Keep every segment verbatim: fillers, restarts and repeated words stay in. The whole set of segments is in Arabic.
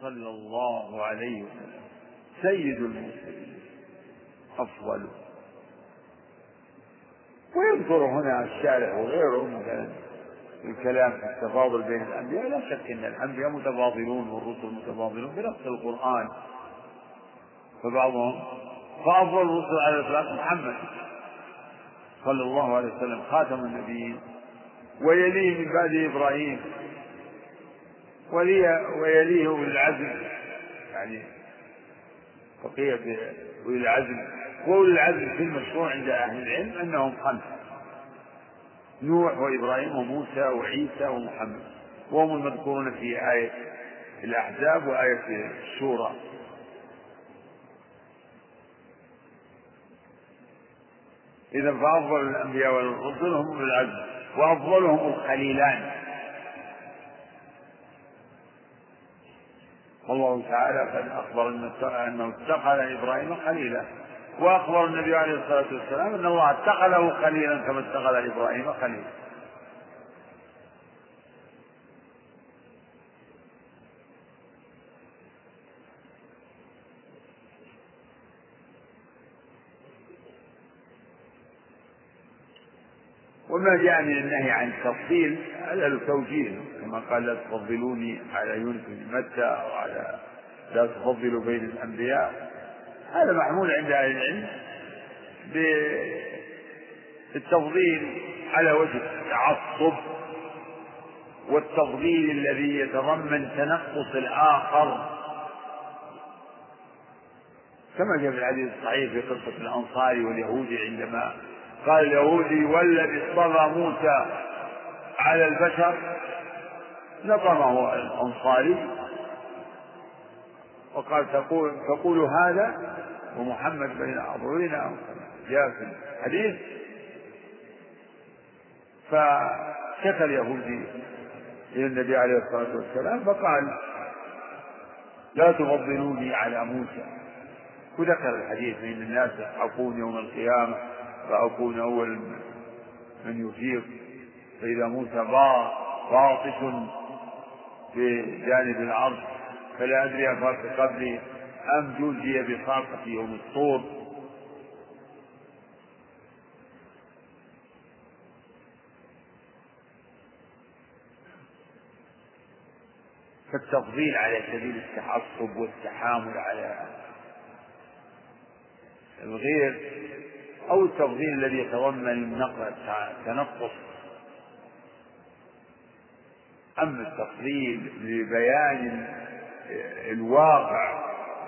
صلى الله عليه وسلم سيد المرسلين أفضل. ويذكر هنا الشارع وغيره مثلا الكلام في التفاضل بين الأنبياء. لا شك أن الأنبياء متفاضلون والرسل متفاضلون بنص القرآن، فبعضهم فأفضل الرسل على الإطلاق محمد صلى الله عليه وسلم خاتم النبيين، ويليه من بعد إبراهيم، ويليه أولي العزم، يعني بقية أولي العزم. وأولي العزم في المشروع عند أهل العلم أنهم خمسة: نوح وإبراهيم وموسى وعيسى ومحمد، وهم المذكورون في آية الأحزاب وآية الشورى. إذا فأفضل الأنبياء والرسل هم أولي العزم، وأفضلهم الخليلان. والله تعالى قد أخبر أنه اتخذ إبراهيم خليلا، وأخبر النبي عليه الصلاة والسلام أن الله اتخذه خليلا كما اتخذ إبراهيم خليلا. وما جاء من النهي عن التفضيل على التوجيه، كما قال لا تفضلوني على يونس بن متى أو على لا تفضلوا بين الأنبياء، هذا محمول عند أهل العلم بالتفضيل على وجه التعصب، والتفضيل الذي يتضمن تنقص الآخر، كما جاء في الحديث الصحيح في قصة الأنصاري واليهودي عندما قال اليهودي والذي اصطفى موسى على البشر، نظمه الأنصاري وقال تقول, تقول هذا ومحمد بين أظهرنا، جاء في الحديث. فشكى اليهودي إلى النبي عليه الصلاة والسلام فقال لا تفضلوني على موسى، وذكر الحديث من الناس يضحكون يوم القيامة فأكون أول من يفيق، فإذا موسى باطش في جانب العرش فلا أدري أفاق قبلي أم جوزي بخاقة يوم الطور. فالتفضيل على سبيل التعصب والتحامل على الغير، أو التفضيل الذي يتضمن التنقص. أما التفضيل لبيان الواقع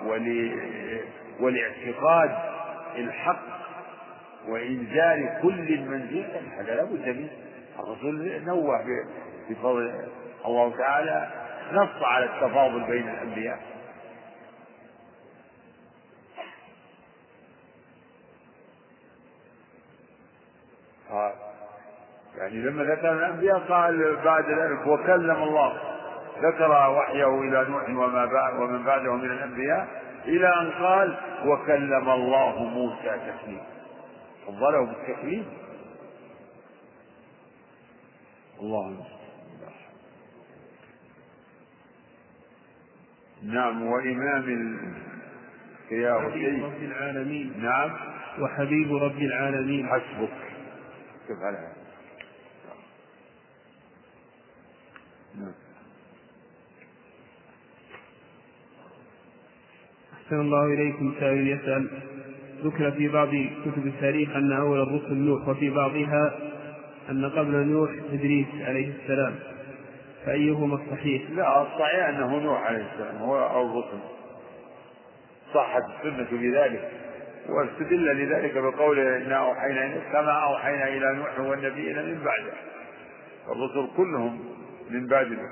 والاعتقاد الحق وإنزال كل منزلة، هذا لا بد منه. الرسول نوه بفضل الله تعالى، نص على التفاضل بين الأنبياء. يعني لما ذكر الأنبياء قال بعد ذلك وكلم الله، ذكر وحيه إلى نوح وما بعد ومن بعده من الأنبياء إلى أن قال وكلم الله موسى تكليما، فضله بالتكليم. الله نعم. وإمام وحبيب رب العالمين. نعم. وحبيب رب العالمين. حسبك. كيف على نعم. أحسن الله إليكم. سائل يسأل: ذكر في بعض كتب التاريخ أن أول الرسل نوح، وفي بعضها أن قبل نوح إدريس عليه السلام، فأيهما الصحيح؟ لا، الصحيح أنه نوح عليه السلام هو أول الرسل، صحت السنة بذلك، واستدل لذلك بقول إنا أوحينا إليك كما أوحينا إلى نوح والنبيين من بعده، الرسل كلهم من بعد نوح.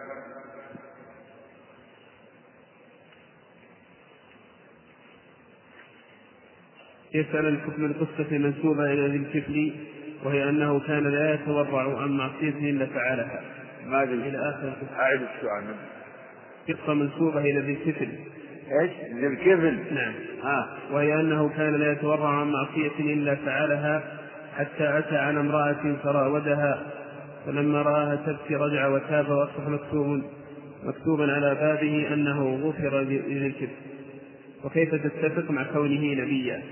يسأل: الحكم القصة المنسوبة إلى ذي الكفل، وهي أنه كان لا يتورع عن معصيته إلا فعلها. ما أدري إلى آخر أعيد السؤال. قصة منسوبة إلى ذي الكفل. إيش ذي الكفل؟ نعم. ها. وهي أنه كان لا يتورع عن معصية إلا فعلها، حتى أتى على امرأة فراودها، فلما رآها تبكي رجع وتاب وأصبح مكتوم، مكتوبا على بابه أنه غفر لذي الكبر، وكيف تتفق مع كونه نبيا؟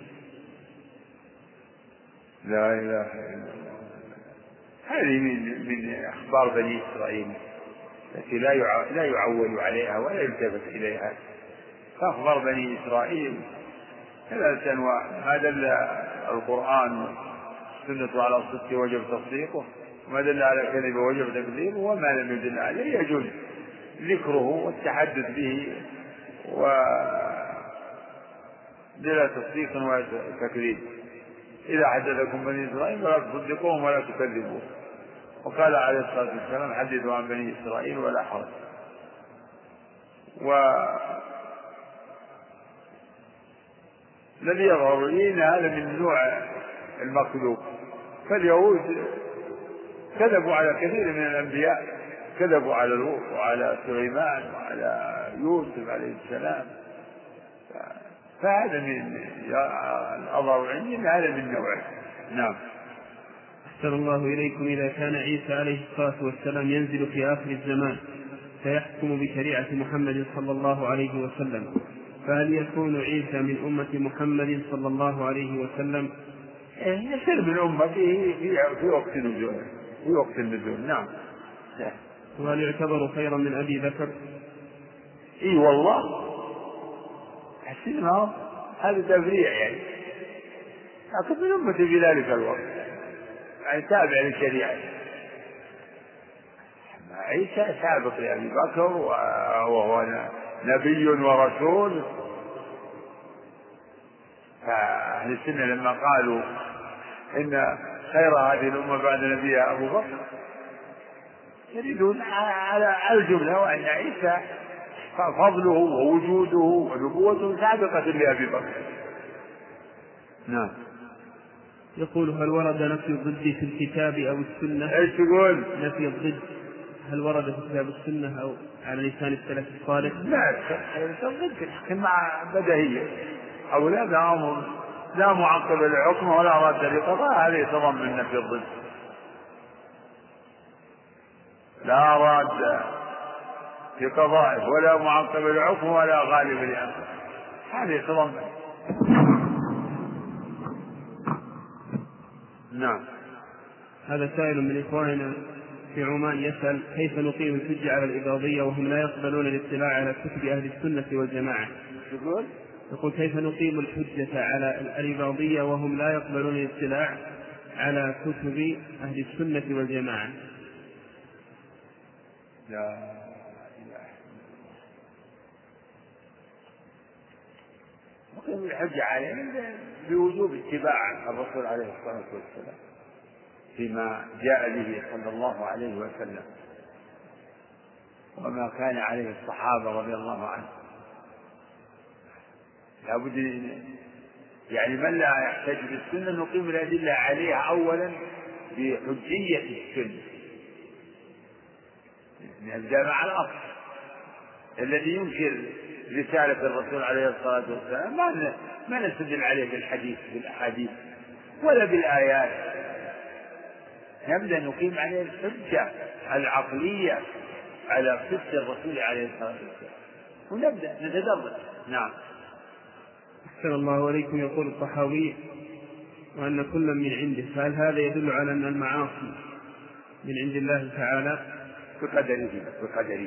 لا إله إلا الله. هذه من من أخبار بني إسرائيل التي لا لا يعول عليها ولا يلتفت إليها. أخبار بني إسرائيل ثلاثة أنواع: ما دل القرآن والسنة على الصدق وجب تصديقه، وما دل على كذب وجب تكذيبه، وما لم يدل عليه يجوز ذكره والتحدث به وبلا تصديق ولا تكذيب. إذا حدثكم بني إسرائيل فلا تصدقوهم ولا تكذبوهم. وقال عليه الصلاة والسلام: حدثوا عن بني إسرائيل ولا حرج. الذي يظهر لي أن هذا من نوع المخلوق. فاليهود كذبوا على كثير من الأنبياء، كذبوا على لوط وعلى سليمان وعلى يوسف عليه السلام. فهذا من الأظهر عندي أن هذا من نوعه. نعم. أحسن الله إليكم. إذا كان عيسى عليه الصلاة والسلام ينزل في آخر الزمان فيحكم بشريعة محمد صلى الله عليه وسلم، فهل يكون عيسى من أمة محمد صلى الله عليه وسلم؟ يصير من أمته في وقت النزول في وقت النزول. نعم. وهل يعتبر خيرا من أبي بكر؟ إي والله حسنها، هذا تفريع يعني، لكن من أمته في ذلك الوقت، يعني تابع للشريعة. عيسى سابق لأبي بكر وهو نبي ورسول. فأهل السنة لما قالوا إن خير هذه الأمة بعد نبيها أبو بكر يريدون على الجملة، وأن عيسى فضله ووجوده ونبوته سابقة لأبي بكر. نعم. يقول: هل ورد نفي الضد في الكتاب أو السنة؟ ايش تقول؟ نفي الضد هل ورد في الكتاب والسنة أو على لسان السلف الصالح؟ لا، الضد مع بديهية، أو لا لا لا معقب للحكم ولا راد لقضاء، هذه يتضمن نفي الضد. لا راد لقضائه ولا معقب للحكم ولا غالب لأمره، هذه يتضمن. نعم. هذا سائل من إخواننا في عمان يسأل: كيف نقيم الحجة على الإباضية وهم لا يقبلون الاطلاع على كتب أهل السنة والجماعة؟ يقول يقول: كيف نقيم الحجة على الإباضية وهم لا يقبلون الاطلاع على كتب أهل السنة والجماعة؟ لا إله نقيم الحجة عليهم بوجوب اتباع الرسول عليه الصلاة والسلام فيما جاء به صلى الله عليه وسلم، وما كان عليه الصحابة رضي الله عنهم. لا بد يعني من لا يحتج بالسنة نقيم الأدلة عليها أولا بحجية السنة، نبدأ مع الأصل الذي ينكر رسالة الرسول عليه الصلاة والسلام ما ما نستدل عليه بالحديث بالأحاديث ولا بالآيات. نبدأ نقيم عليه الحجة العقلية على صدق الرسول عليه الصلاة والسلام ونبدأ نتدرج. نعم. أحسن الله عليكم. يقول الطحاوي: وأن كل من عنده، فهل هذا يدل على أن المعاصي من عند الله تعالى؟ بقدره بقدره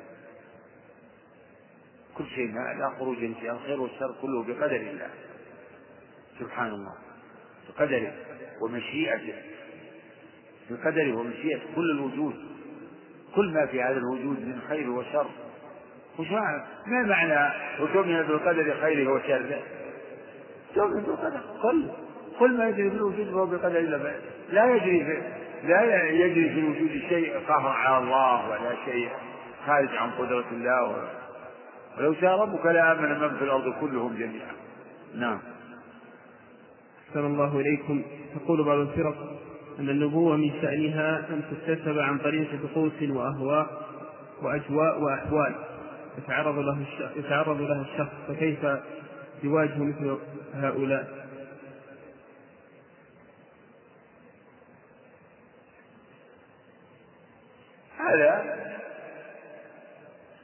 كل شيء لا خروج فيه، الخير والشر كله بقدر الله سبحان الله، بقدره ومشيئته، بقدره ومشيئته كل الوجود، كل ما في هذا الوجود من خير وشر. وش معنى ما معنى وتؤمن بالقدر خيره وشره؟ تؤمن بالقدر كل كل ما يجري في الوجود فهو بقدر الله، لا يجري في لا يجري في الوجود شيء قهر على الله ولا شيء خارج عن قدرة الله. ولو شاء ربك لآمن من في الأرض كلهم جميعا. نعم. أحسن الله إليكم. تقول بعض الفرق أن النبوة من شأنها أن تكتسب عن طريق طقوس وأهواء وأجواء وأحوال يتعرض له الشخص, يتعرض له الشخص فكيف يواجه مثل هؤلاء؟ هذا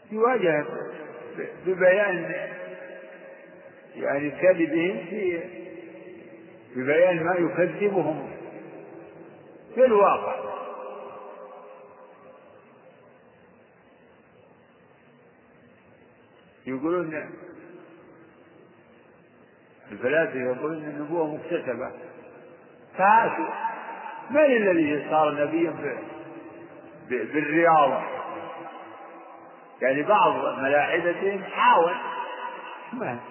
يواجه ببيان يعني كذبهم في ببيان ما يكذبهم في الواقع. يقولون الفلاسفة يقولون النبوة مكتسبة، فهاتوا من الذي صار نبيا بالرياضة؟ يعني بعض ملاحدتهم حاول ما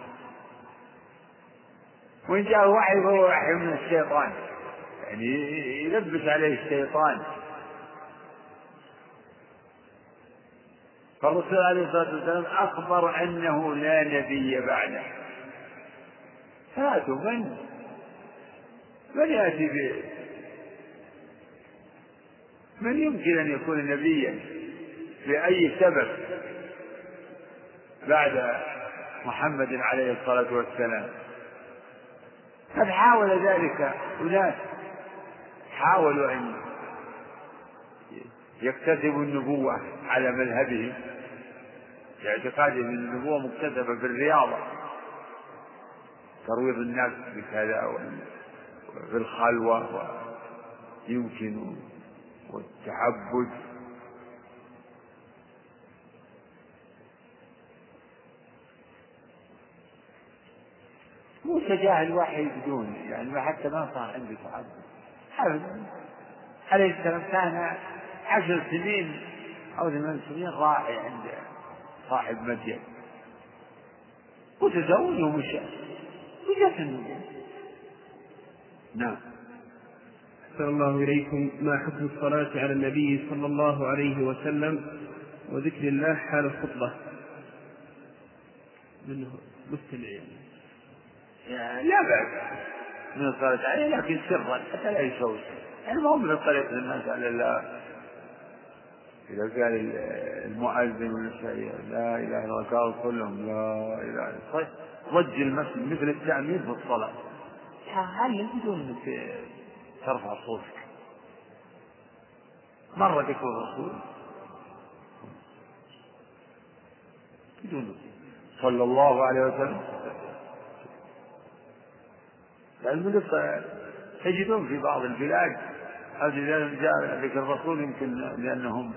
وإن جاء وحي فهو وحي من الشيطان، يعني يلبس عليه الشيطان. فالرسول عليه الصلاة والسلام أخبر أنه لا نبي بعده، هاتوا من من يأتي به، من يمكن أن يكون نبيا لأي سبب بعد محمد عليه الصلاة والسلام؟ قد حاول ذلك أناس حاولوا أن يكتسبوا النبوة على مذهبهم باعتقادهم أن النبوة مكتسبة بالرياضة، ترويض الناس بكذا وبالخلوة ويمكن والتعبد. موسى جاء الوحي بدون يعني حتى ما صار عنده تعبد عليه السلام. كان عشر سنين أو ثمان سنين راعي عند صاحب مدين وتزوج ومشى وجاء النبوة. نعم. أحسن الله إليكم. ما حكم الصلاة على النبي صلى الله عليه وسلم وذكر الله حال الخطبة؟ منه مستمع يعني لا بأس من الصلاة عليه لكن سرا حتى لا يشوش، يعني ما هو من طريق الناس على الله. إذا قال المؤذن والشيء لا إله إلا الله قال كلهم لا إله إلا الله ضج المسجد مثل التأمين في الصلاة. هل بدون ترفع صوتك؟ مرة ذكر الرسول بدون صلى الله عليه وسلم. لأن تجدون في بعض البلاد إذا جاء ذكر الرسول يمكن لأنهم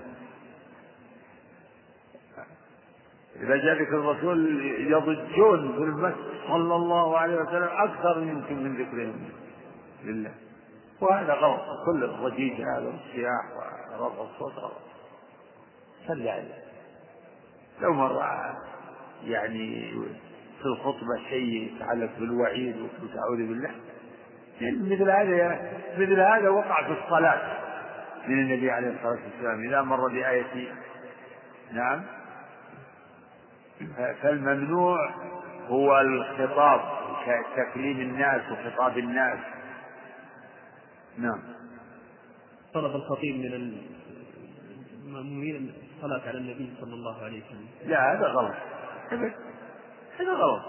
إذا جاء ذكر الرسول يضجون في المسجد صلى الله عليه وسلم أكثر يمكن من ذكرهم لله، وهذا غلط. كل الضجيج هذا والصياح ورفع الصوت غلط. صلى عليه. لو مر يعني في الخطبة شيء يتعلق بالوعيد والتعوذ بالله، يعني مثل هذا مثل هذا وقع في الصلاة من النبي عليه الصلاة والسلام إذا مر بآية. نعم. فالممنوع هو الخطاب كتكليم الناس وخطاب الناس. نعم. طلب الخطيب من المأمومين الصلاة على النبي صلى الله عليه وسلم. لا هذا غلط، هذا غلط.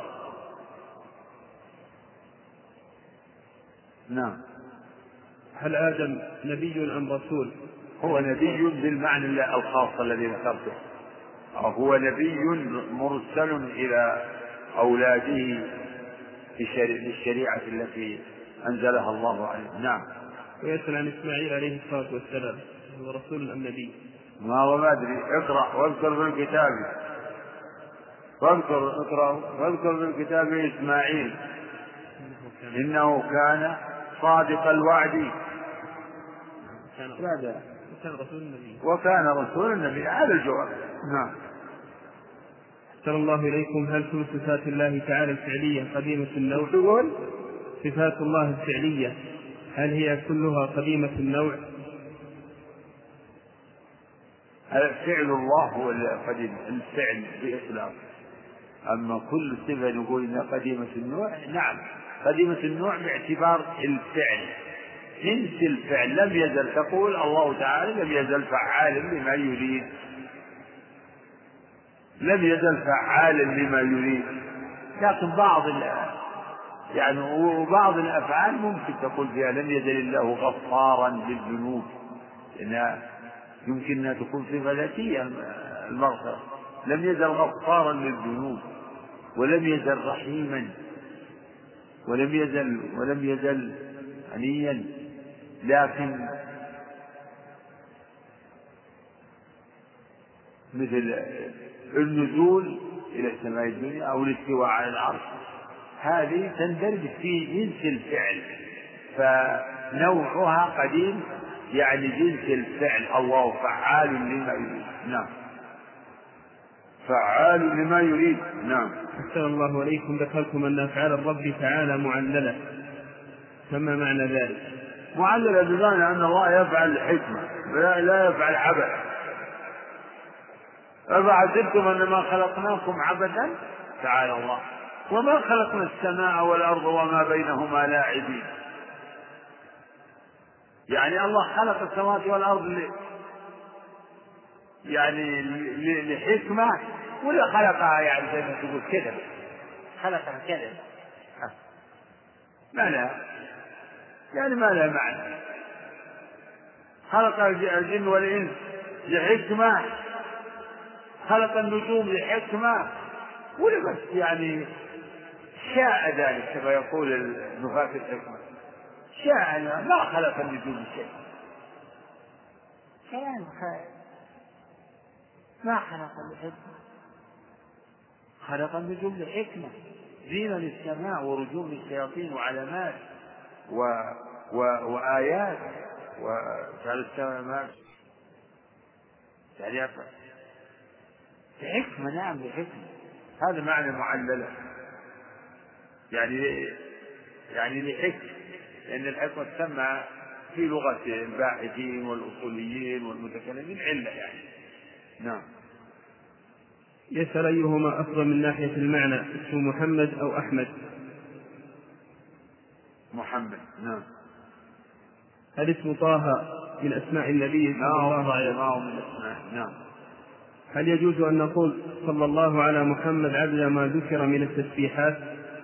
نعم. هل آدم نبي أم رسول؟ هو نبي بالمعنى الخاص الذي ذكرته، هو نبي مرسل إلى أولاده بالشريعة التي أنزلها الله عليه. نعم. ويسأل عن إسماعيل عليه الصلاة والسلام هو رسول أم نبي؟ ما هو ما أدري. اقرأ واذكر في الكتاب واذكر اقرأ واذكر في الكتاب إسماعيل إنه كان صادق الوعد وكان رسول النبي وكان رسول النبي. هذا الجواب. نعم. أحسن الله إليكم. هل كل صفات الله تعالى الفعلية قديمة النوع؟ تقول صفات الله الفعلية هل هي كلها قديمة النوع؟ فعل الله هو القديم الفعل بإطلاق، أما كل صفة نقول إنها قديمة النوع. نعم قديمة النوع باعتبار الفعل، جنس الفعل. لم يزل تقول الله تعالى لم يزل فعالا لما يريد، لم يزل فعالا لما يريد. لكن بعض يعني وبعض الأفعال ممكن تقول فيها لم يزل الله غفارا للذنوب، لأنها يمكن أن تكون صفة ذاتية المغفرة، لم يزل غفارا للذنوب، ولم يزل رحيما، ولم يزل ولم يزل غنيا، لكن مثل النزول إلى السماء الدنيا أو الاستواء على العرش هذه تندرج في جنس الفعل، فنوعها قديم يعني جنس الفعل، الله فعال لما يريد. نعم، فعال لما يريد. نعم. أحسن الله عليكم. ذكرتم أن أفعال الرب تعالى معللة، فما معنى ذلك؟ معللة بمعنى أن الله يفعل الحكمة، لا يفعل عبث. أفحسبتم أنما خلقناكم عبثا تعالى الله، وما خلقنا السماء والأرض وما بينهما لاعبين. يعني الله خلق السماوات والأرض يعني لحكمة، ولا خلقها يعني زي ما تقول كذا، خلقها كذا ما لها يعني ما لها معنى. خلق الجن والإنس لحكمة، خلق النجوم لحكمة، ولا بس يعني شاء ذلك كما يقول نفاة الحكمة، شاء ما خلق النجوم شيء، كلام خير ما خلق الحكمة، خلق النجوم لحكمة، زينة للسماء ورجوم للشياطين وعلامات و... و... وآيات، وجعل السماء يعني لحكمة. نعم لحكمة، هذا معنى معللة يعني يعني لحكمة، لأن الحكمة تسمى في لغة الباحثين والأصوليين والمتكلمين علة يعني. نعم. يسأل أيهما أفضل من ناحية المعنى، اسم محمد أو أحمد؟ محمد. نعم. هل اسم طه من أسماء النبي صلى الله عليه وسلم؟ من أسماء. نعم. هل يجوز أن نقول صلى الله على محمد عدد ما ذكر من التسبيحات؟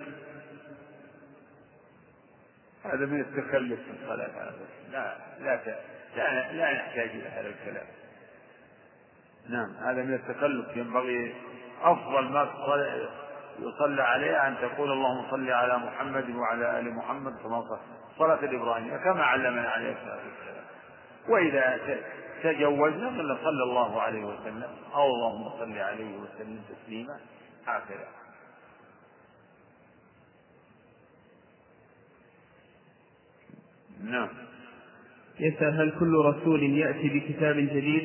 هذا من التكلف في الصلاة، هذا لا لا لا, لا نحتاج إلى هذا الكلام. نعم، هذا من التكلف. ينبغي أفضل ما يصلى عليه أن تقول اللهم صل على محمد وعلى آل محمد كما صلاة الإبراهيمية كما علمنا عليه الصلاة والسلام. وإذا تجوزنا فلا صلى الله عليه وسلم أو اللهم صل عليه وسلم تسليما هكذا. نعم. يسأل هل كل رسول يأتي بكتاب جديد؟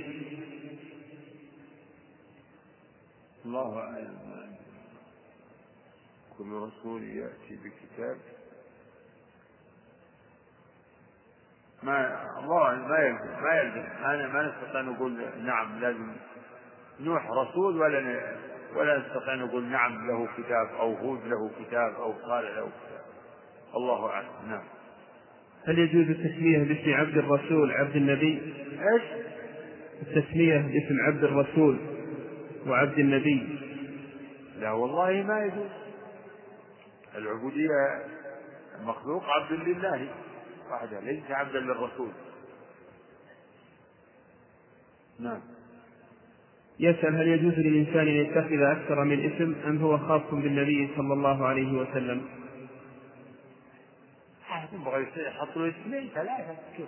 الله أعلم. كل رسول يأتي بكتاب ما الله ما يلزم ما يلزم أنا ما نستطيع نقول نعم لازم نوح رسول، ولا ولا نستطيع نقول نعم له كتاب أو هود له كتاب أو صالح له كتاب. الله أعلم. نعم. هل يجوز التسمية باسم عبد الرسول عبد النبي؟ إيش؟ التسمية باسم عبد الرسول وعبد النبي؟ لا والله ما يجوز. العبودية المخلوق عبد لله وحده، ليس عبدا للرسول. نعم. يسأل هل يجوز للإنسان أن يتخذ أكثر من اسم أم هو خاص بالنبي صلى الله عليه وسلم؟ يبغى يحط له اسمين ثلاثة كيف؟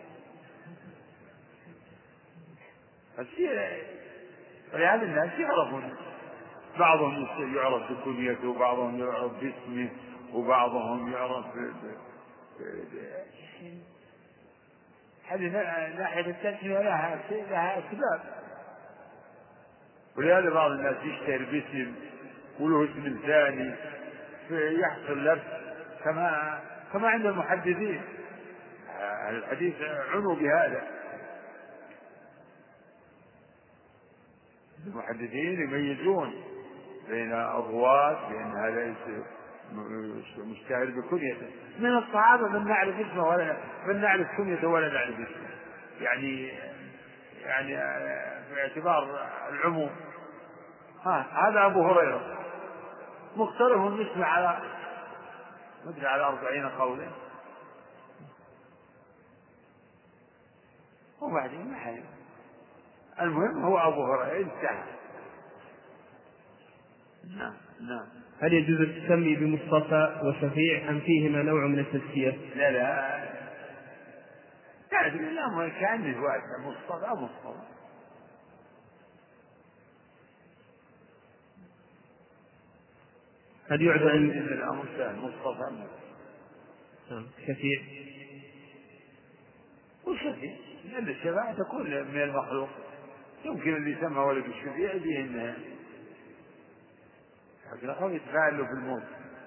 ولهذا الناس يعرفون، بعضهم يعرف بكنيته وبعضهم يعرف باسمه وبعضهم يعرف هذه ناحية التسمية لها لها أسباب. ولهذا بعض الناس يشتهر باسم وله اسم ثاني فيحصل لبس كما كما عند المحدثين. الحديث عنوا بهذا، المحدثين يميزون بين الرواة بأن هذا مشتهر بكنيته. من الصحابة من نعرف اسمه ولا من نعرف كنيته ولا نعرف اسمه، يعني يعني باعتبار العموم. ها هذا أبو هريرة مختلف الاسم على مدري على أربعين قولا، وبعدين ما حي. المهم هو أبو هريرة انتهى. نعم نعم. هل يجوز التسمي بمصطفى وشفيع أم فيهما نوع من التزكية؟ لا لا تعرف الأمر كأنه واسع، مصطفى مصطفى. هل يعذر إن الأمر سهل، مصطفى شفيع وشفيع، لأن الشفاعة تكون من المخلوق، يمكن اللي يسمى ولد الشفيع به إنها لكن أخوه يتفاعل له في الموت.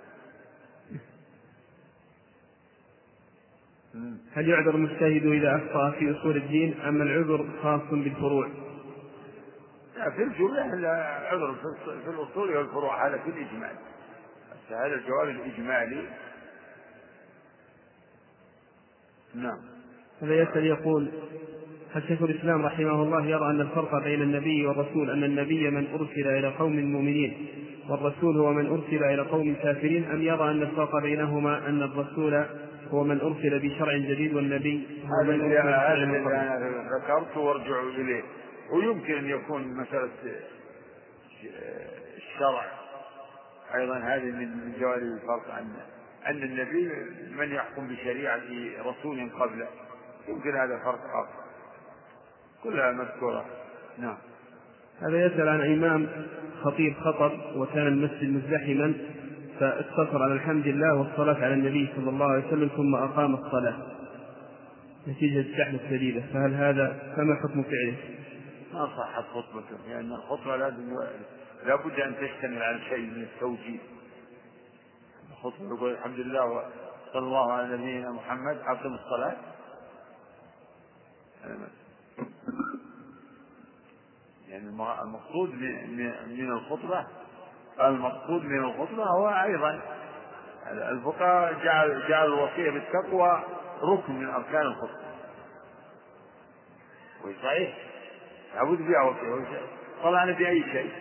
هل يعذر المجتهد إذا أخطأ في أصول الدين أم العذر خاص بالفروع؟ لا في الجملة العذر في الأصول والفروع، هذا في الإجمال، هذا الجواب الإجمالي. نعم. هذا يسأل يقول: هل شيخ الإسلام رحمه الله يرى أن الفرق بين النبي والرسول أن النبي من أرسل إلى قوم مؤمنين والرسول هو من أرسل إلى قوم كافرين، أم يرى أن الفرق بينهما أن الرسول هو من أرسل بشرع جديد والنبي هو من أرسل بشرع هذا الذي أنا ذكرت وارجعوا إليه. ويمكن أن يكون مسألة الشرع أيضا هذه من جوانب الفرق، أن أن النبي من يحكم بشريعة رسول قبله، يمكن هذا فرق آخر، كلها مذكورة. نعم. هذا يسأل عن إمام خطيب خطب وكان المسجد مزدحما فاقتصر على الحمد لله والصلاة على النبي صلى الله عليه وسلم ثم أقام الصلاة نتيجة الزحمة الشديدة، فهل هذا فما حكم فعله؟ ما صحت خطبته، لأن يعني الخطبة لازم لا بد أن تشتمل على شيء من التوجيه. الخطبة يقول الحمد لله وصلى الله على نبينا محمد أقم الصلاة، يعني المقصود من الخطبة المقصود من الخطبة هو أيضا الفقهاء جعل جعل الوصية بالتقوى ركن من أركان الخطبة، وصحيح لابد بها وصية، طلعنا بأي شيء.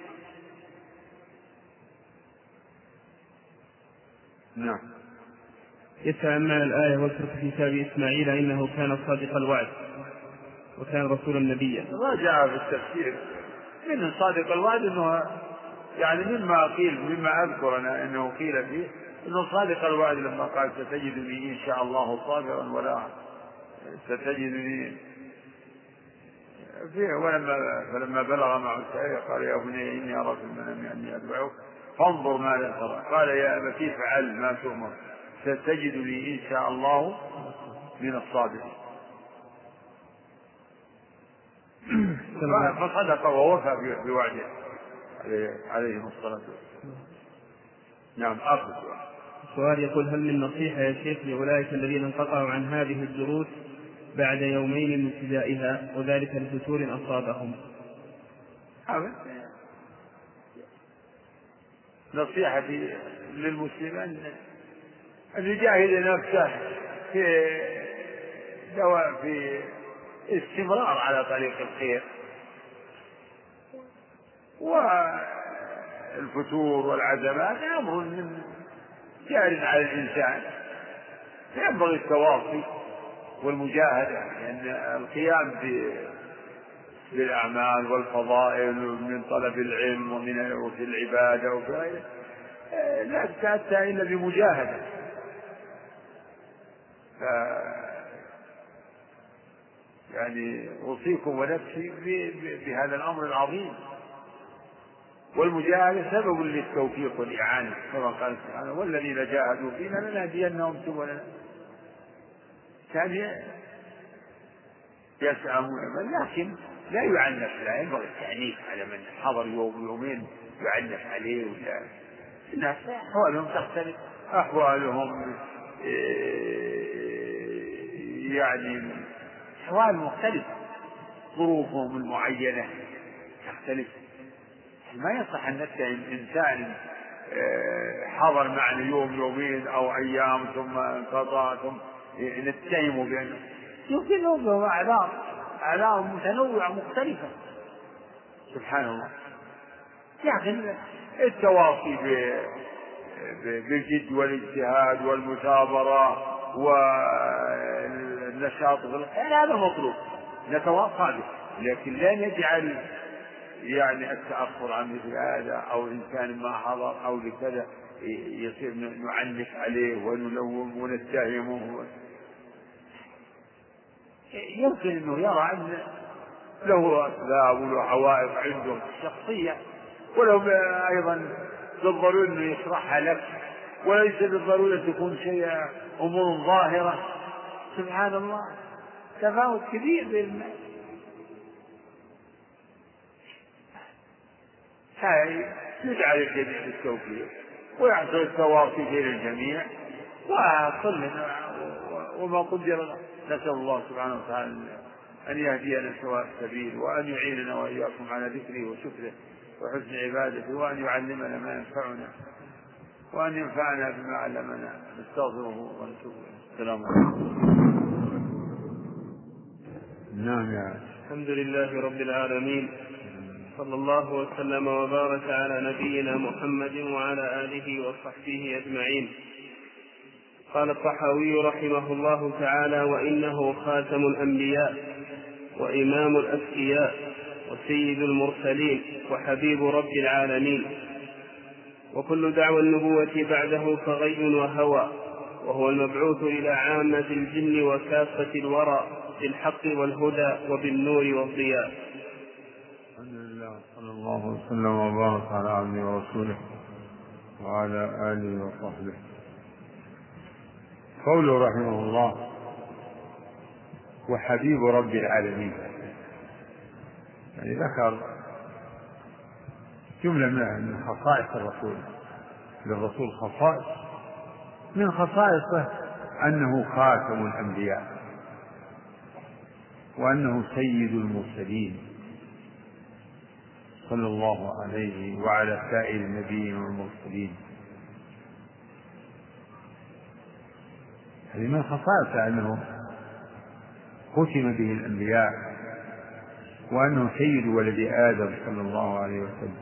نعم. يسأل عن معنى الآية: واذكر في كتاب إسماعيل إنه كان صادق الوعد وكان رسولا نبيا. ما جاء في التفسير من صادق الوعد انه يعني مما قيل مما اذكر انا انه قيل فيه انه صادق الوعد لما قال ستجدني ان شاء الله صابرا ولا ستجدني فيه. ولما فلما بلغ معه السعي قال يا بني اني ارى في المنام اني ادعوك فانظر ماذا ترى، قال يا ابت افعل ما تؤمر ستجدني ان شاء الله من الصابرين. فصدق ووفى بوعده عليه الصلاة والسلام. نعم. آخر سؤال يقول: هل من نصيحة يا شيخ لأولئك الذين انقطعوا عن هذه الدروس بعد يومين من ابتدائها وذلك لفتور أصابهم؟ نصيحتي للمسلمين أن يجاهد نفسه في دواء في استمرار على طريق الخير، والفتور والعزمات أمر من جار على الإنسان، ينبغي التواصي والمجاهدة، لأن يعني القيام بالأعمال والفضائل من طلب العلم ومن وفي العبادة وفي لا تأتى إلا بمجاهدة. ف يعني أوصيكم ونفسي بهذا الأمر العظيم، والمجاهدة سبب للتوفيق والإعانة كما قال سبحانه: والذين جاهدوا فينا لنهدينهم سبلنا. كان يسعى لكن لا يعنف، لا ينبغي التعنيف على من حضر يوم يومين يعنف عليه، ولا الناس أحوالهم تختلف، أحوالهم يعني أحوال مختلفة، ظروفهم المعينة تختلف. ما يصح أن نتهم إنسان حضر معنا يوم يومين أو أيام ثم انقطع ثم نتهمه بأنه يمكن له أعذار أعذار متنوعة مختلفة. سبحان الله. لكن التواصي بالجد والاجتهاد والمثابرة والنشاط في الخير هذا مطلوب، نتواصى به، لكن لا نجعل يعني التأخر عن مثل هذا، أو إنسان ما حضر أو لكذا يصير نعنف عليه ونلوم ونتهمه. يمكن أنه يرى أن له أسباب وله عوائق عنده الشخصية، ولو أيضا بالضرورة أنه يشرحها لك، وليس بالضرورة تكون شيء أمور ظاهرة. سبحان الله، تفاوت كبير بين الناس. هاي نجعل الجميع بالتوفيق ويحصل الثواب في خير الجميع وكلنا وما قدر. نسأل الله سبحانه وتعالى أن يهدينا سواء السبيل، وأن يعيننا وإياكم على ذكره وشكره وحسن عبادته، وأن يعلمنا ما ينفعنا، وأن ينفعنا بما علمنا. نستغفره ونتوب إليه. السلام عليكم. نعم يا الحمد لله رب العالمين، صلى الله وسلم وبارك على نبينا محمد وعلى آله وصحبه أجمعين. قال الطحاوي رحمه الله تعالى: وإنه خاتم الأنبياء وإمام الأتقياء وسيد المرسلين وحبيب رب العالمين، وكل دعوى النبوة بعده فغي وهوى، وهو المبعوث إلى عامة الجن وكافة الورى بالحق والهدى وبالنور والضياء. الحمد لله، صلى الله وسلم وبارك على عبده ورسوله وعلى آله وصحبه. قوله رحمه الله: وحبيب رب العالمين، يعني ذكر جملة من خصائص الرسول. للرسول خصائص، من خصائصه أنه خاتم الأنبياء، وأنه سيد المرسلين صلى الله عليه وعلى سائر النبيين والمرسلين. هذه من خصائصه أنه ختم به الأنبياء، وأنه سيد ولد آدم صلى الله عليه وسلم.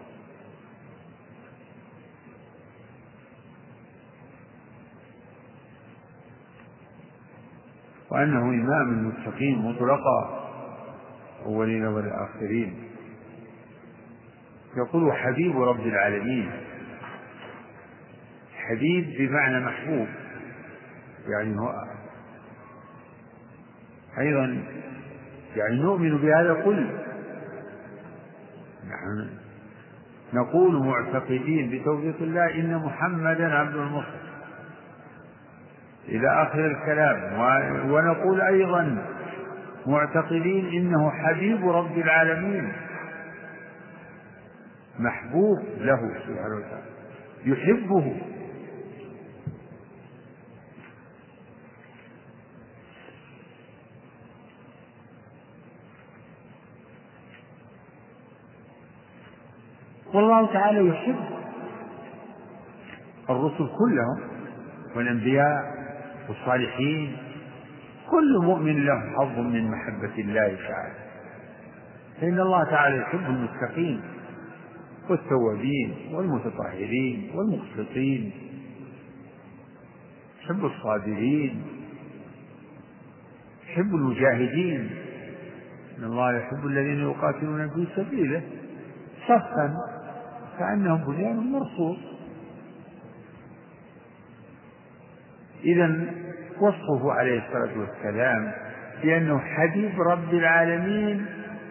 وأنه إمام المتقين مطلقا الأولين والآخرين. يقول حبيب رب العالمين. حبيب بمعنى محبوب، يعني هو أيضا يعني نؤمن بهذا كله. نحن نقول معتقدين بتوفيق الله إن محمدا عبد المصطفى إلى آخر الكلام، ونقول أيضا معتقدين إنه حبيب رب العالمين، محبوب له سبحانه وتعالى، يحبه. والله تعالى يحب الرسل كلهم والأنبياء والصالحين، كل مؤمن له حظ من محبة الله تعالى، فإن الله تعالى يحب المتقين والتوابين والمتطهرين والمخلصين، يحب الصابرين، يحب المجاهدين. إن الله يحب الذين يقاتلون في سبيله صفا كأنهم بنيان مرصوص. إذن وصفه عليه الصلاة والسلام بأنه حبيب رب العالمين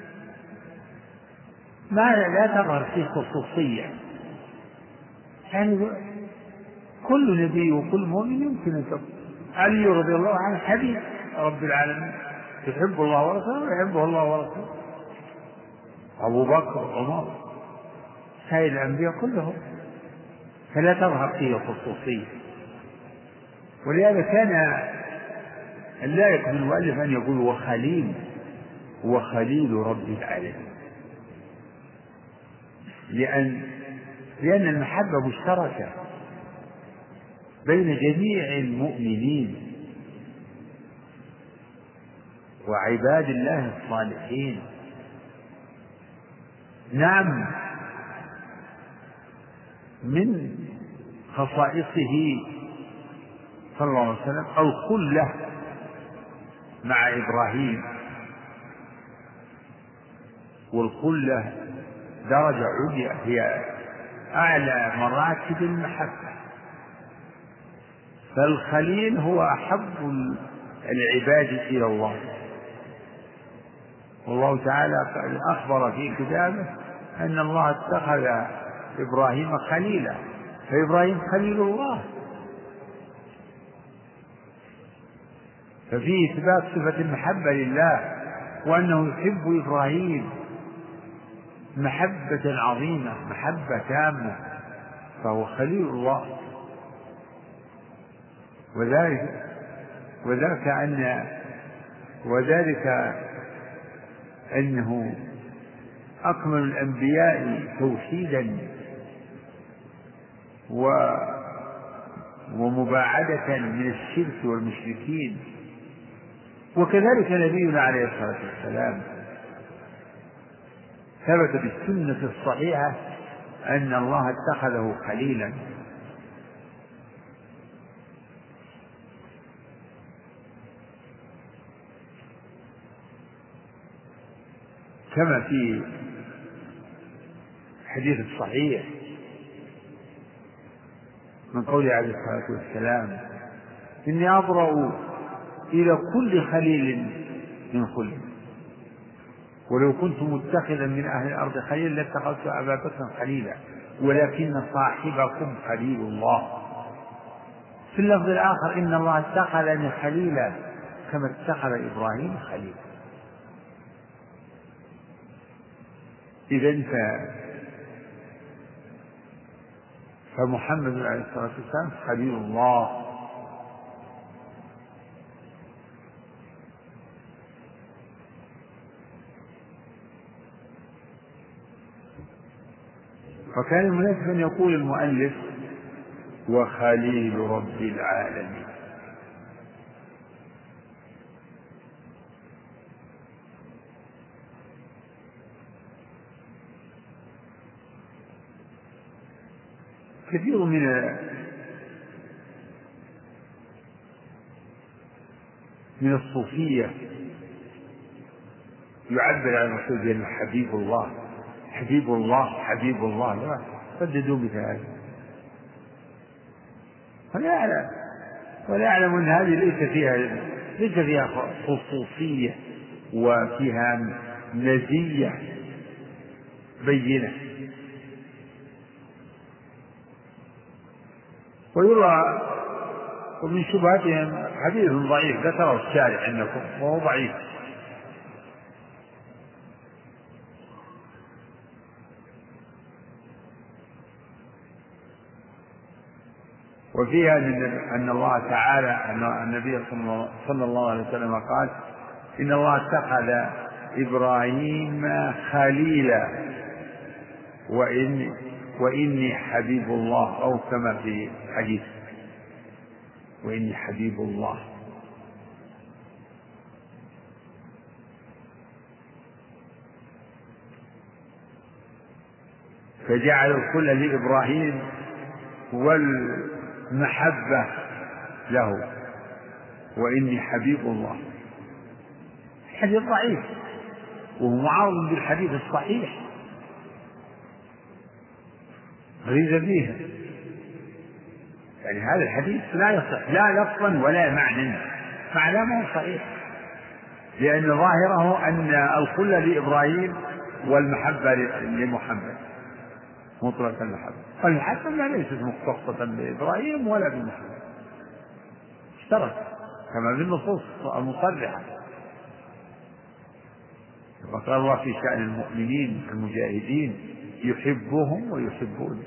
ما لا تظهر فيه خصوصية، يعني كل نبي وكل مؤمن يمكن أن تكون. علي رضي الله عنه حبيب رب العالمين، يحب الله ورسوله ويحبه الله ورسوله. أبو بكر وعمر سائر الأنبياء كلهم، فلا تظهر فيه خصوصية. ولهذا كان اللائق بالمؤلف أن يقول وخليل، وخليل رب العالمين، لأن لأن المحبة مشتركة بين جميع المؤمنين وعباد الله الصالحين. نعم، من خصائصه صلى الله عليه وسلم الخلة مع إبراهيم، والخلة درجة عليا، هي أعلى مراتب المحبة. فالخليل هو أحب العباد إلى الله، والله تعالى أخبر في كتابه أن الله اتخذ إبراهيم خليلا، فإبراهيم خليل الله. ففيه إثبات صفة المحبة لله، وأنه يحب إبراهيم محبة عظيمة، محبة تامة، فهو خليل الله. وذلك وذلك أن وذلك أنه أكمل الأنبياء توحيدا ومباعدة من الشرك والمشركين. وكذلك نبينا عليه الصلاة والسلام ثبت بالسنة الصحيحة أن الله اتخذه خليلا. كما في الحديث الصحيح من قوله عليه الصلاة والسلام: إني أبرأ إلى كل خليل من خلق، ولو كنت متخذا من أهل الأرض خليلا لاتخذت أبا بكر خليلا، ولكن صاحبكم خليل الله. في اللفظ الآخر: إن الله اتخذني خليلا كما اتخذ إبراهيم خليلا. إذن فمحمد عليه الصلاة والسلام خليل الله. فكان المناسب أن يقول المؤلف: وخليل رب العالمين. كثير من من الصوفية يعبر عن الرسول بأنه حبيب الله، حبيب الله، حبيب الله. لا رددوا مثل هذا، ولا يعلم ولا يعلم أن هذه ليس فيها ليس فيها خصوصية وفيها مزية بينة. ويرى ومن شبهاتهم حديث ضعيف ذكره الشارع عندكم وهو ضعيف، وفيها أن الله تعالى أن النبي صلى الله عليه وسلم قال: إن الله اتخذ إبراهيم خليلا وإني, وإني حبيب الله، أو كما في حديث: وإني حبيب الله. فجعل الكل لإبراهيم والمحبة له، وإني حبيب الله. الحديث ضعيف وهو معارض بالحديث الصحيح غريزة فيها، يعني هذا الحديث لا يصح لا لفظا ولا معنى، معناه ما هو صحيح، لأن ظاهره أن الكل لإبراهيم والمحبة لمحمد مطلق المحبة. المحبة ما ليست مختصة بإبراهيم ولا بمحمد، اشترك كما في النصوص المصرحة. وقال الله في شأن المؤمنين المجاهدين: يحبهم ويحبون.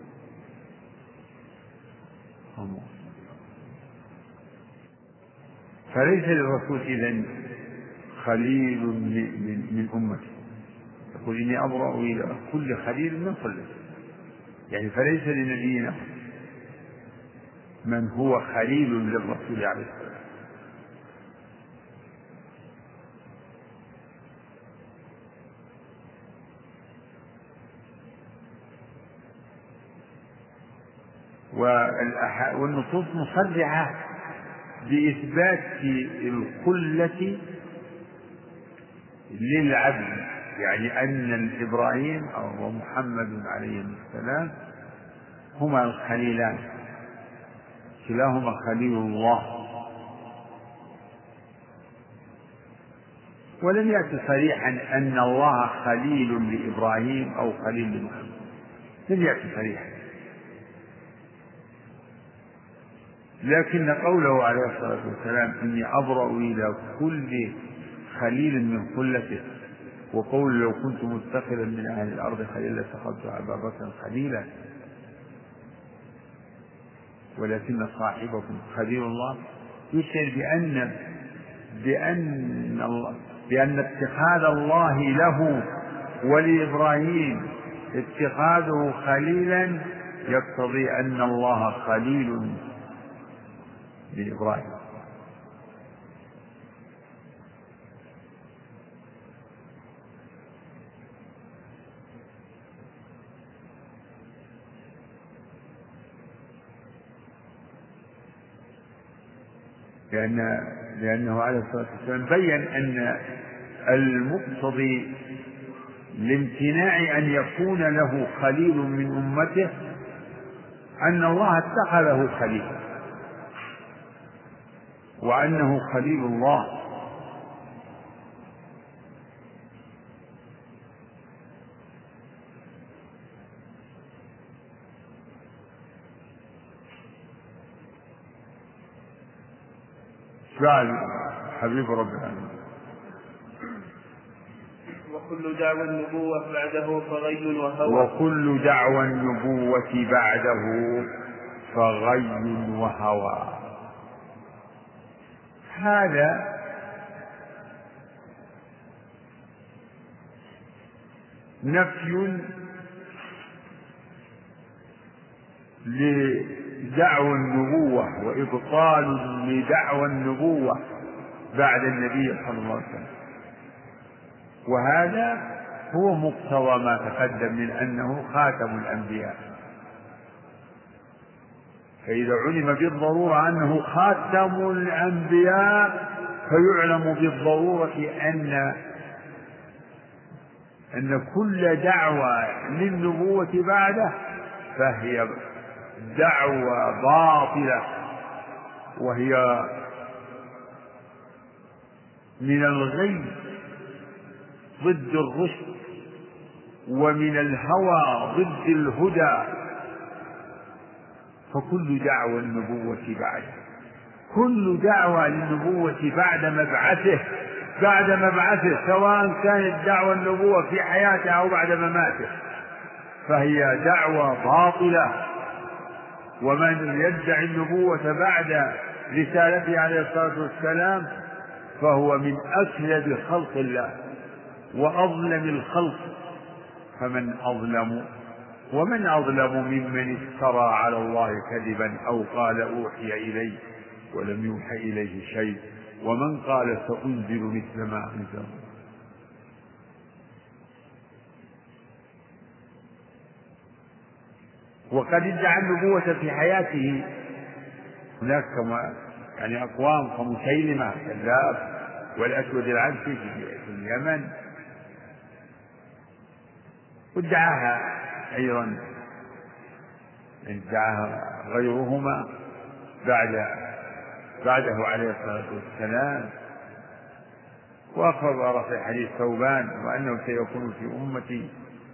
فليس للرسول إذن خليل من, من أمته، يقول: إني أبرأ إلى كل خليل من خلق، يعني فليس لنبينا من هو خليل للرسول عليه السلام. والنصوص مصرحة بإثبات الخلة للعبد يعني أن إبراهيم أو محمد عليه السلام هما الخليلان، كلاهما خليل الله، ولم يأتي صريحا أن الله خليل لإبراهيم أو خليل لمحمد، لم يأتي صريحا، لكن قوله عليه الصلاة والسلام إني أبرأ إلى كل خليل من خلته، وقول لو كنت متخذا من أهل الأرض خليلا لاتخذت أبا بكر خليلا ولكن صاحبكم خليل الله، يشعر بأن بأن الله بأن اتخاذ الله له ولإبراهيم اتخاذه خليلا يقتضي أن الله خليل لإبراهيم. لأن لأنه عليه الصلاة والسلام بين أن المقتضي لامتناع أن يكون له خليل من أمته أن الله اتخذه خليلا وأنه خليل الله، قال حبيب رب العالمين وكل دعوى النبوة بعده فغي وهوى وكل دعوى النبوة بعده فغي وهوى. هذا نفي لدعوى النبوة وإبطال لدعوى النبوة بعد النبي صلى الله عليه وسلم، وهذا هو مقتضى ما تقدم من أنه خاتم الأنبياء، فإذا علم بالضرورة أنه خاتم الأنبياء فيعلم بالضرورة أن أن كل دعوة للنبوة بعده فهي دعوة باطلة، وهي من الغي ضد الرشد ومن الهوى ضد الهدى. فكل دعوة النبوة بعده، كل دعوة للنبوة بعد مبعثه بعد مبعثه سواء كانت دعوة النبوة في حياته أو بعد مماته فهي دعوة باطلة. ومن يدعي النبوة بعد رسالته عليه الصلاة والسلام فهو من أكذب خلق الله وأظلم الخلق، فمن أظلم ومن أظلم ممن افترى على الله كذبا أو قال أوحي إليه ولم يوحى إليه شيء ومن قال سأنزل مثل ما أنزل. وقد ادعى النبوة في حياته هناك يعني أقوام كمسيلمة كذاب والأسود العنسي في اليمن وادعاها أيضا ادعاها غيرهما بعد بعده عليه الصلاة والسلام. وأخبر في حديث ثوبان وأنه سيكون في أمتي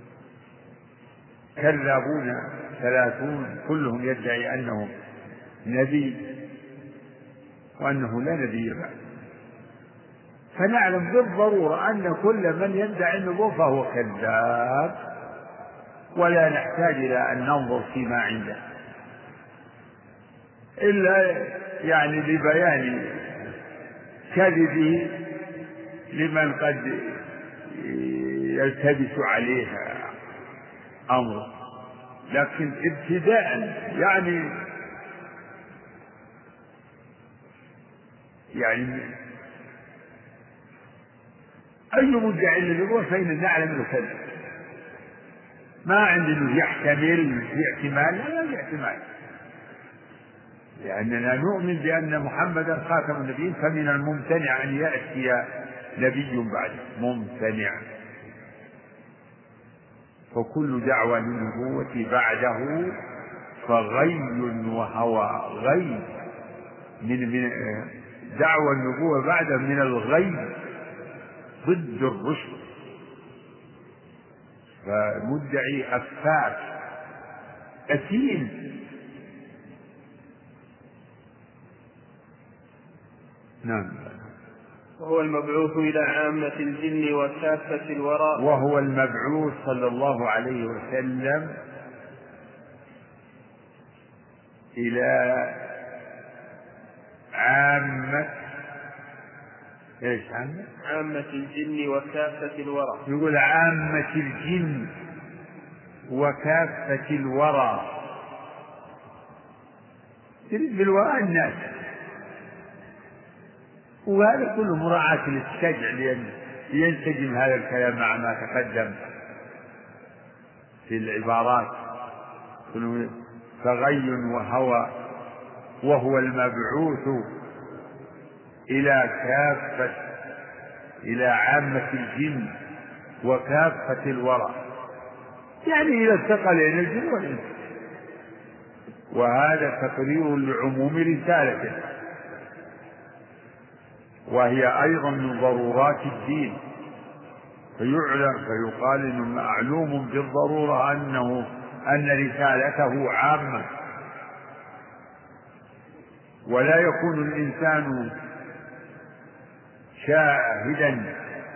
كذابون ثلاثون كلهم يدعي أنه نبي وأنه لا نبي بعد. فنعلم بالضرورة أن كل من يدعي النبوة فهو كذاب، ولا نحتاج إلى أن ننظر فيما عنده إلا يعني لبيان كذبه لمن قد يلتبس عليه أمره. لكن ابتداء يعني يعني أي مدعي للنبوة فإن نعلم أنه كذب، ما عندنا يحتمل في احتمال، لا لا احتمال، لأننا نؤمن بأن محمدا خاتم النبيين، فمن الممتنع أن يأتي نبي بعده، ممتنع فكل دعوى للنبوة بعده فغي وهوى. غي من من دعوى النبوة بعده من الغي ضد الرشد، فمدعي أفاك أثيم. نعم. وهو المبعوث إلى عامة الجن وكافة الورى. وهو المبعوث صلى الله عليه وسلم إلى عامة إيش عامة؟ عامة الجن وكافة الورى. يقول عامة الجن وكافة الورى، يريد بالوراء الناس، وهذا كله مراعاة للسجع لينسجم هذا الكلام مع ما تقدم في العبارات. فغي وهوى وهو المبعوث إلى كافة إلى عامة الجن وكافة الورى، يعني إلى الثقلين الجن والإنس، وهذا تقرير لعموم رسالته، وهي أيضا من ضرورات الدين، فيعلم فيقال إنه معلوم بالضرورة أنه أن رسالته عامة، ولا يكون الإنسان شاهدا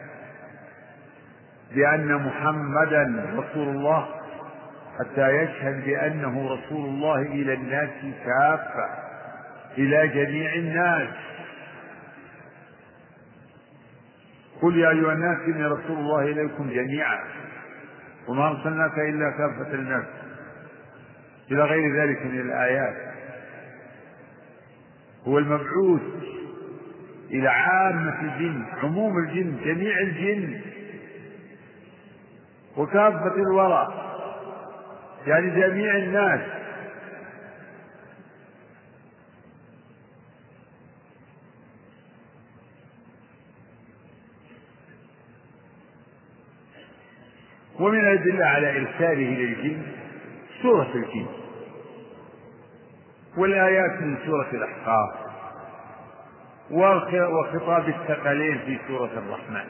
بأن محمدا رسول الله حتى يشهد بأنه رسول الله إلى الناس كافة، إلى جميع الناس. قل يا أيها الناس إني رسول الله إليكم جميعا وما أرسلناك إلا كافة للناس، إلى غير ذلك من الآيات. هو المبعوث إلى عامة الجن، عموم الجن، جميع الجن، وكافة الورى، يعني جميع الناس. ومن الأدلة على إرساله للجن سورة الجن، والآيات من سورة الأحقاف، وخطاب الثقلين في سورة الرحمن.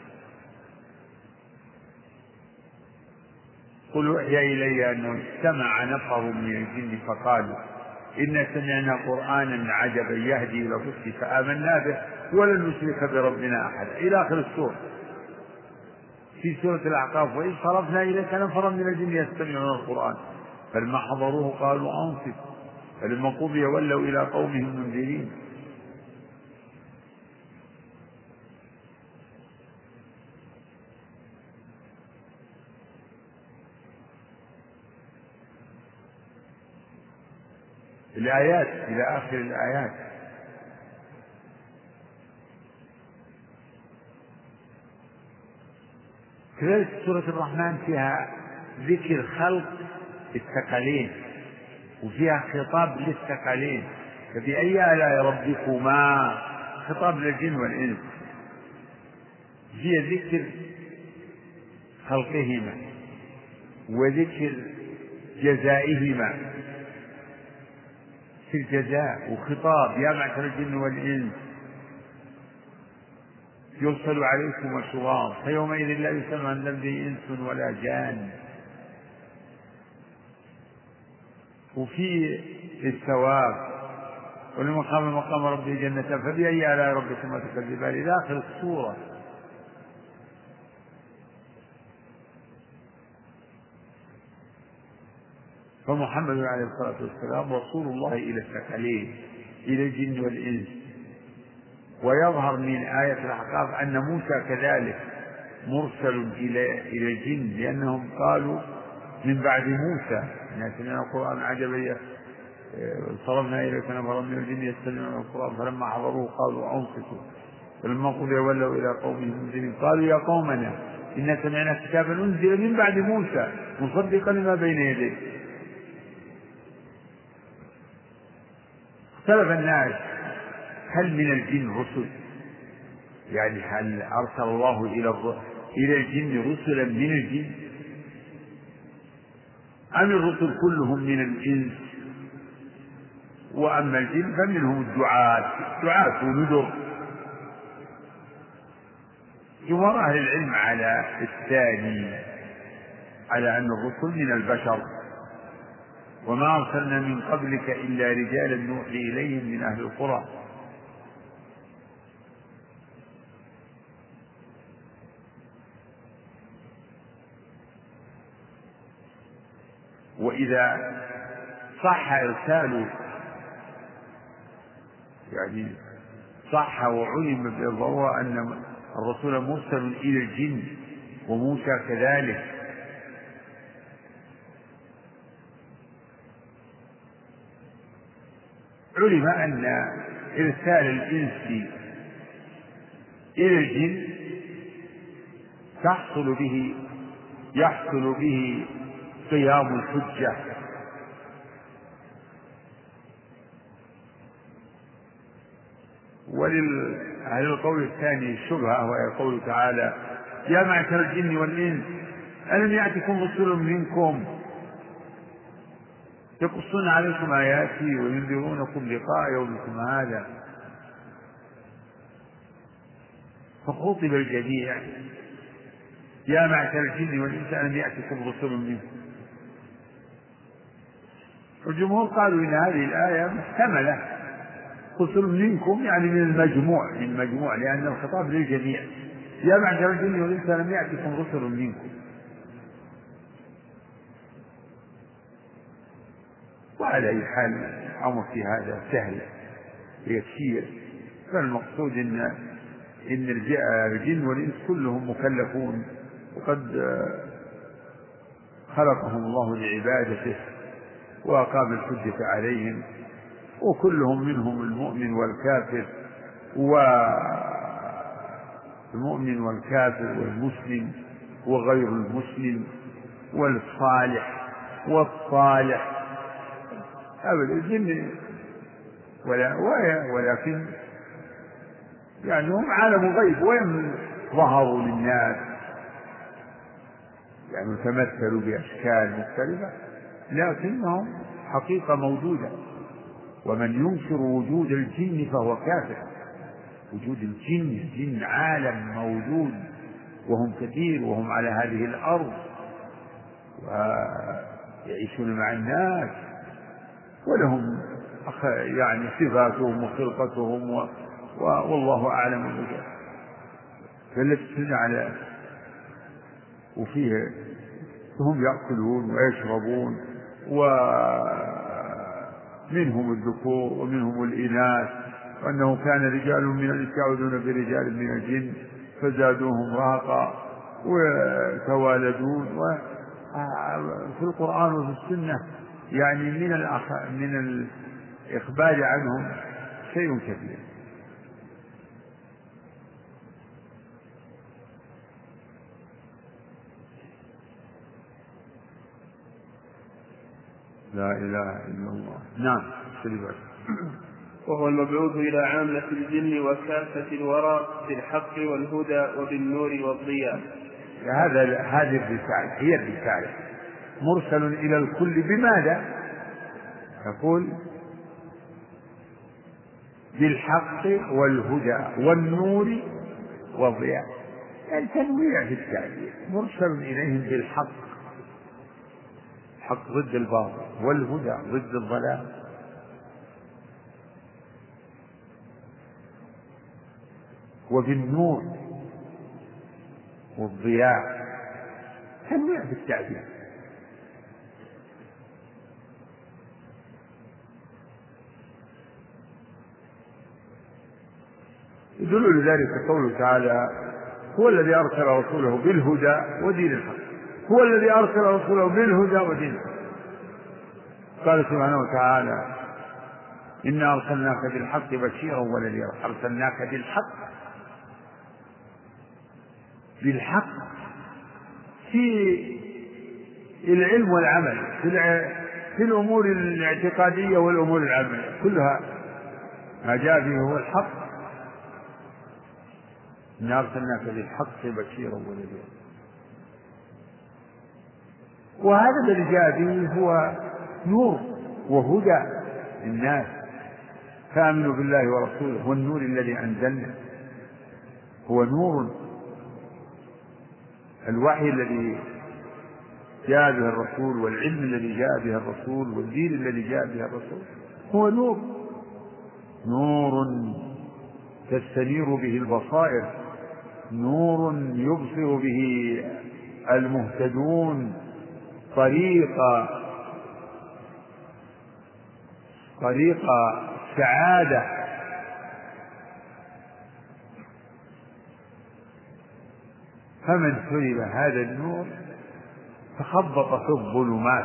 قل أوحي إلي أنه استمع نفر من الجن فقالوا إنا سمعنا قرآنا عجبا يهدي إلى الرشد فآمنا به ولن نشرك بربنا أحدا، إلى آخر السورة. في سورة الأحقاف وإذ صرفنا إليك نفرا من الجن يستمعون القرآن فلما حضروه قالوا أنصتوا فلما قضي ولوا إلى قومهم منذرين. الآيات إلى آخر الآيات. كذلك سورة الرحمن فيها ذكر خلق الثقلين وفيها خطاب للثقلين، فبأي آلاء ربكما، خطاب للجن والإنس، فيها ذكر خلقهما وذكر جزائهما في الجزاء، وخطاب يا معشر الجن والإنس يرسل عليكم شواظ فيومئذ لا يسمع عن ذنبه إنس ولا جان. وفي الثواب ولمن خاف مقام ربه جنتان فبأي آلاء ربكما تكذبان إلى آخر السورة. فمحمد عليه الصلاة والسلام رسول الله إلى الثقلين، إلى الجن والإنس. ويظهر من آية الأحقاف أن موسى كذلك مرسل إلى إلى الجن، لأنهم قالوا من بعد موسى إن سمعنا القرآن عجبا صرفنا إليك نفرا من الجن يستمعون القرآن فلما حضروه قالوا أنصتوا فلما قضي ولوا إلى قومهم منذرين قالوا يا قومنا إنا سمعنا كتابا أنزل من بعد موسى مصدقا لما بين يديه. اختلف الناس هل من الجن رسل، يعني هل أرسل الله إلى إلى الجن رسلا من الجن عن الرسل كلهم من الإنس، وأما الجن فمنهم الدعاة دعاة ونذر. جمهور أهل العلم على الثاني، على أن الرسل من البشر، وما أرسلنا من قبلك إلا رجالا نوحي إليهم من أهل القرى. وإذا صح إرساله يعني صح وعلم بالضرورة أن الرسول مرسل إلى الجن وموسى كذلك، علم أن إرسال الإنس إلى الجن تحصل به يحصل به قيام الحجة، ولأهل القول الثاني الشبهة، وهي قوله تعالى يا معشر الجن والإنس ألم يأتكم رسل منكم يقصون عليكم آياتي وينذرونكم لقاء يومكم هذا، فخطب الجميع يا معشر الجن والإنس ألم يأتكم رسل منكم. والجمهور قالوا إن هذه الآية محتملة، رسل منكم يعني من المجموع من المجموع لأن الخطاب للجميع، يا معشر الجن والإنس ألم يأتكم رسل منكم. وعلى أي حال الأمر في هذا سهل يسير، فالمقصود إن إن الجن والإنس كلهم مكلفون، وقد خلقهم الله لعبادته وأقام الحجة عليهم، وكلهم منهم المؤمن والكافر والمؤمن والكافر والمسلم وغير المسلم والصالح والصالح أبدا الجن، ولا ولكن يعني هم عالم غيب وين ظهروا للناس، يعني تمثلوا بأشكال مختلفة، لكنهم حقيقة موجودة. ومن ينكر وجود الجن فهو كافر. وجود الجن، الجن عالم موجود وهم كثير وهم على هذه الأرض ويعيشون مع الناس، ولهم يعني صفاتهم وخلقتهم و... و... والله أعلم بذلك. فالتي على وفيه هم يأكلون ويشربون، ومنهم الذكور ومنهم الإناث، وأنه كان رجال من الإنس يعوذون برجال من الجن فزادوهم رهقا وتوالدون. وفي القرآن وفي السنة يعني من الأخ... من الإخبار عنهم شيء كثير. لا إله إلا الله. نعم. وهو المبعوث إلى عامة الجن وكافة الورى بالحق والهدى وبالنور والضياء. هذا هذه الرسالة هي الرسالة، مرسل إلى الكل. بماذا؟ يقول بالحق والهدى والنور والضياء، يعني تنويع في التعبير. مرسل إليهم بالحق، الحق ضد الباطل، والهدى ضد الضلال، وبالنور والضياء، تنويع في التعبير. يدل لذلك قوله تعالى هو الذي أرسل رسوله بالهدى ودين الحق. هو الذي أرسل رسوله بالهدى ودين الحق. قال سبحانه وتعالى إنا أرسلناك بالحق بشيرا ونذيرا. أرسلناك بالحق، بالحق في العلم والعمل، في الأمور الاعتقادية والأمور العملية كلها ما جاء به هو الحق. إنا أرسلناك بالحق بشيرا ونذيرا. وهذا الذي جاء به هو نور وهدى للناس. فآمنوا بالله ورسوله والنور الذي أنزلنا، هو نور. الوحي الذي جاء به الرسول والعلم الذي جاء به الرسول والدين الذي جاء به الرسول هو نور، نور تستنير به البصائر، نور يبصر به المهتدون طريق طريق السعادة. فمن سلب هذا النور تخبط في الظلمات،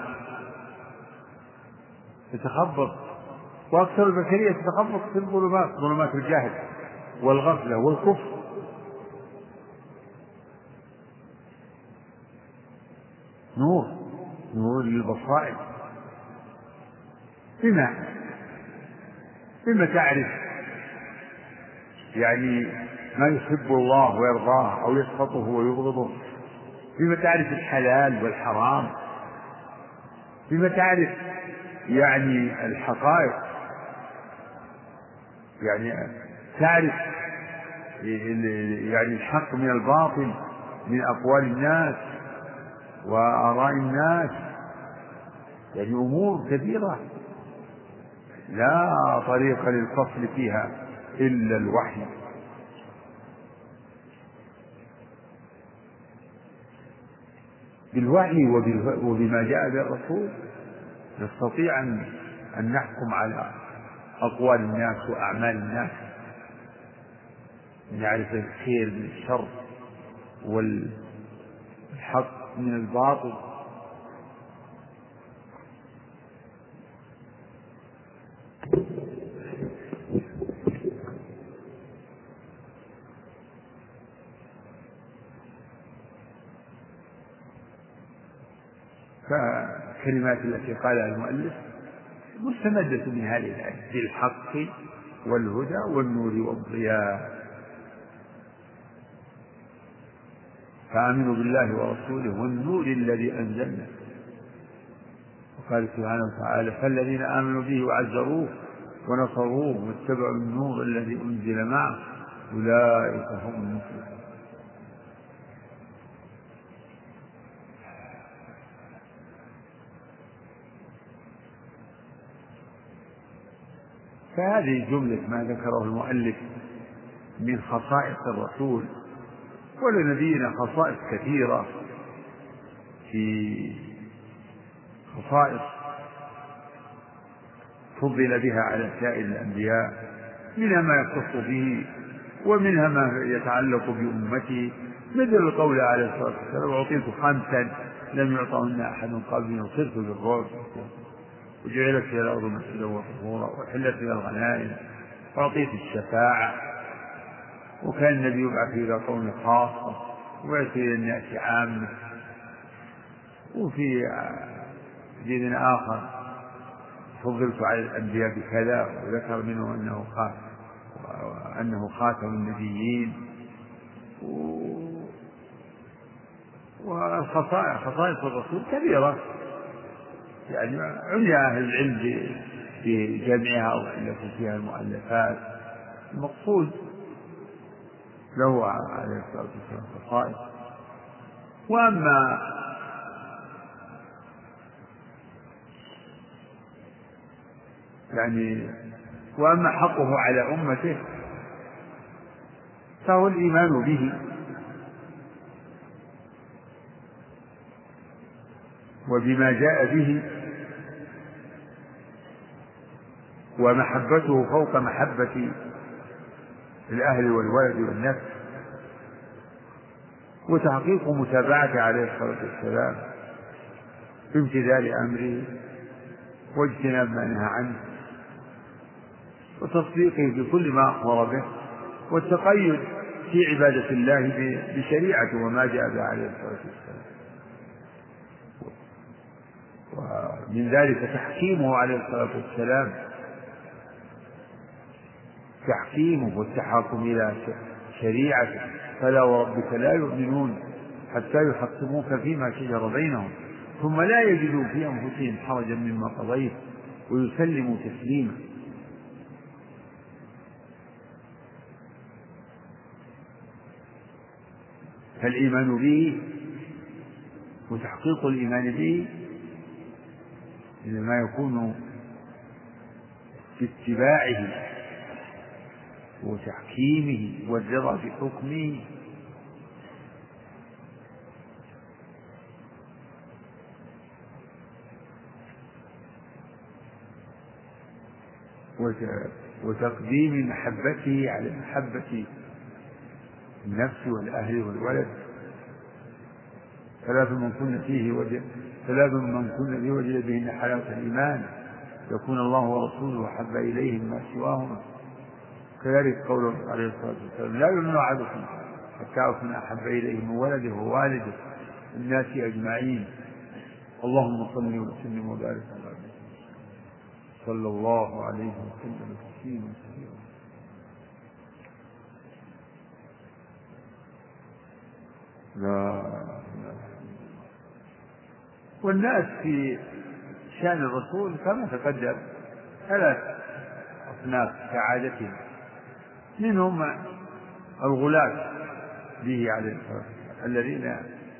تتخبط، وأكثر البشرية تتخبط في الظلمات، ظلمات الجهل والغفلة والكفر. نور نور للبصائر. بما بما تعرف يعني ما يحب الله ويرضاه أو يسخطه ويبغضه، بما تعرف الحلال والحرام، بما تعرف يعني الحقائق، يعني تعرف يعني الحق من الباطل، من أقوال الناس وآراء الناس، يعني أمور كثيرة لا طريق للفصل فيها إلا الوحي. بالوحي وبما جاء به الرسول نستطيع أن نحكم على أقوال الناس وأعمال الناس، نعرف الخير من الشر والحق من الباطل. فالكلمات التي قالها المؤلف مستمدة من هذه الآية: بالحق والهدى والنور والضياء. فآمنوا بالله ورسوله والنور الذي أنزلنا. وقال سبحانه وتعالى: فالذين آمنوا به وعزروه ونصروه واتبعوا النور الذي أنزل معه أولئك هم المفلحون. فهذه جملة ما ذكره المؤلف من خصائص الرسول. ولنبينا خصائص كثيرة، في خصائص فضل بها على سائر الأنبياء، منها ما يختص به ومنها ما يتعلق بأمته، مثل القول عليه الصلاة والسلام: أعطيت خمسا لم يعطهن أحد قبلي وصرت بالرعب وجعلت في الأرض مسجدا وطهورا وحلت إلى الغنائم وأعطيت الشفاعة. وكان النبي يبعث إلى قوم خاصة ويأتي إلى الناس عامة. وفي دين آخر: فضلت على الأنبياء بكذا، وذكر منه أنه خاتم أنه خاتم النبيين. والخصائص خصائص الرسول كبيرة، يعني عني أهل العلم بجمعها والتي فيها المؤلفات. المقصود له عليه الصلاة والسلام خصائص. وأما يعني وأما حقه على أمته فهو الإيمان به وبما جاء به، ومحبته فوق محبة الأهل والولد والنفس، وتحقيق متابعته عليه الصلاة والسلام بامتثال أمره واجتناب ما نهى عنه، وتصديقه بكل ما أخبر به، والتقيد في عبادة الله بشريعته وما جاء به عليه الصلاة والسلام. ومن ذلك تحكيمه عليه الصلاة والسلام، تحكيمه والتحاكم إلى شريعته: فلا وربك لا يؤمنون حتى يحكموك فيما شجر بينهم ثم لا يجدوا في أنفسهم حرجا مما قضيت ويسلموا تسليما. فالإيمان به وتحقيق الإيمان به إنما يكون باتباعه وتحكيمه والرضا بحكمه. وتقديم محبته على محبة النفس والأهل والولد. ثلاث من كن فيه وجد ثلاث من كن فيه وجد بهن حلاوة الإيمان، يكون الله ورسوله أحب إليه مما سواهما. كذلك قوله عليه الصلاة والسلام لا يؤمن أحدكم حتى أكون أحب إليه من ولده ووالده الناس أجمعين. اللهم صل وسلم وبارك على عبده صلى الله عليه وسلم تسليما كثيرا. لا والناس في شأن الرسول كما تقدم ثلاث أصناف كعادتهم، منهم الغلاة به عليه الصلاة والسلام الذين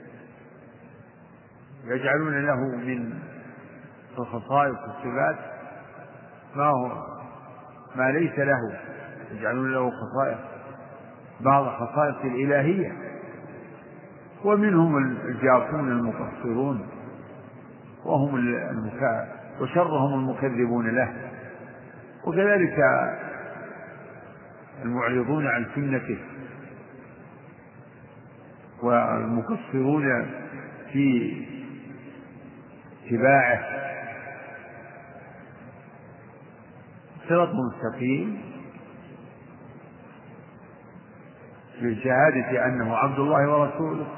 يجعلون له من الخصائص والصفات ما هو ما ليس له، يجعلون له خصائص بعض خصائص الإلهية. ومنهم الجافون المقصرون وهم المكا وشرهم المكذبون له، وكذلك المعرضون عن سنته والمقصرون في اتباعه. صراط مستقيم بالشهادة أنه عبد الله ورسوله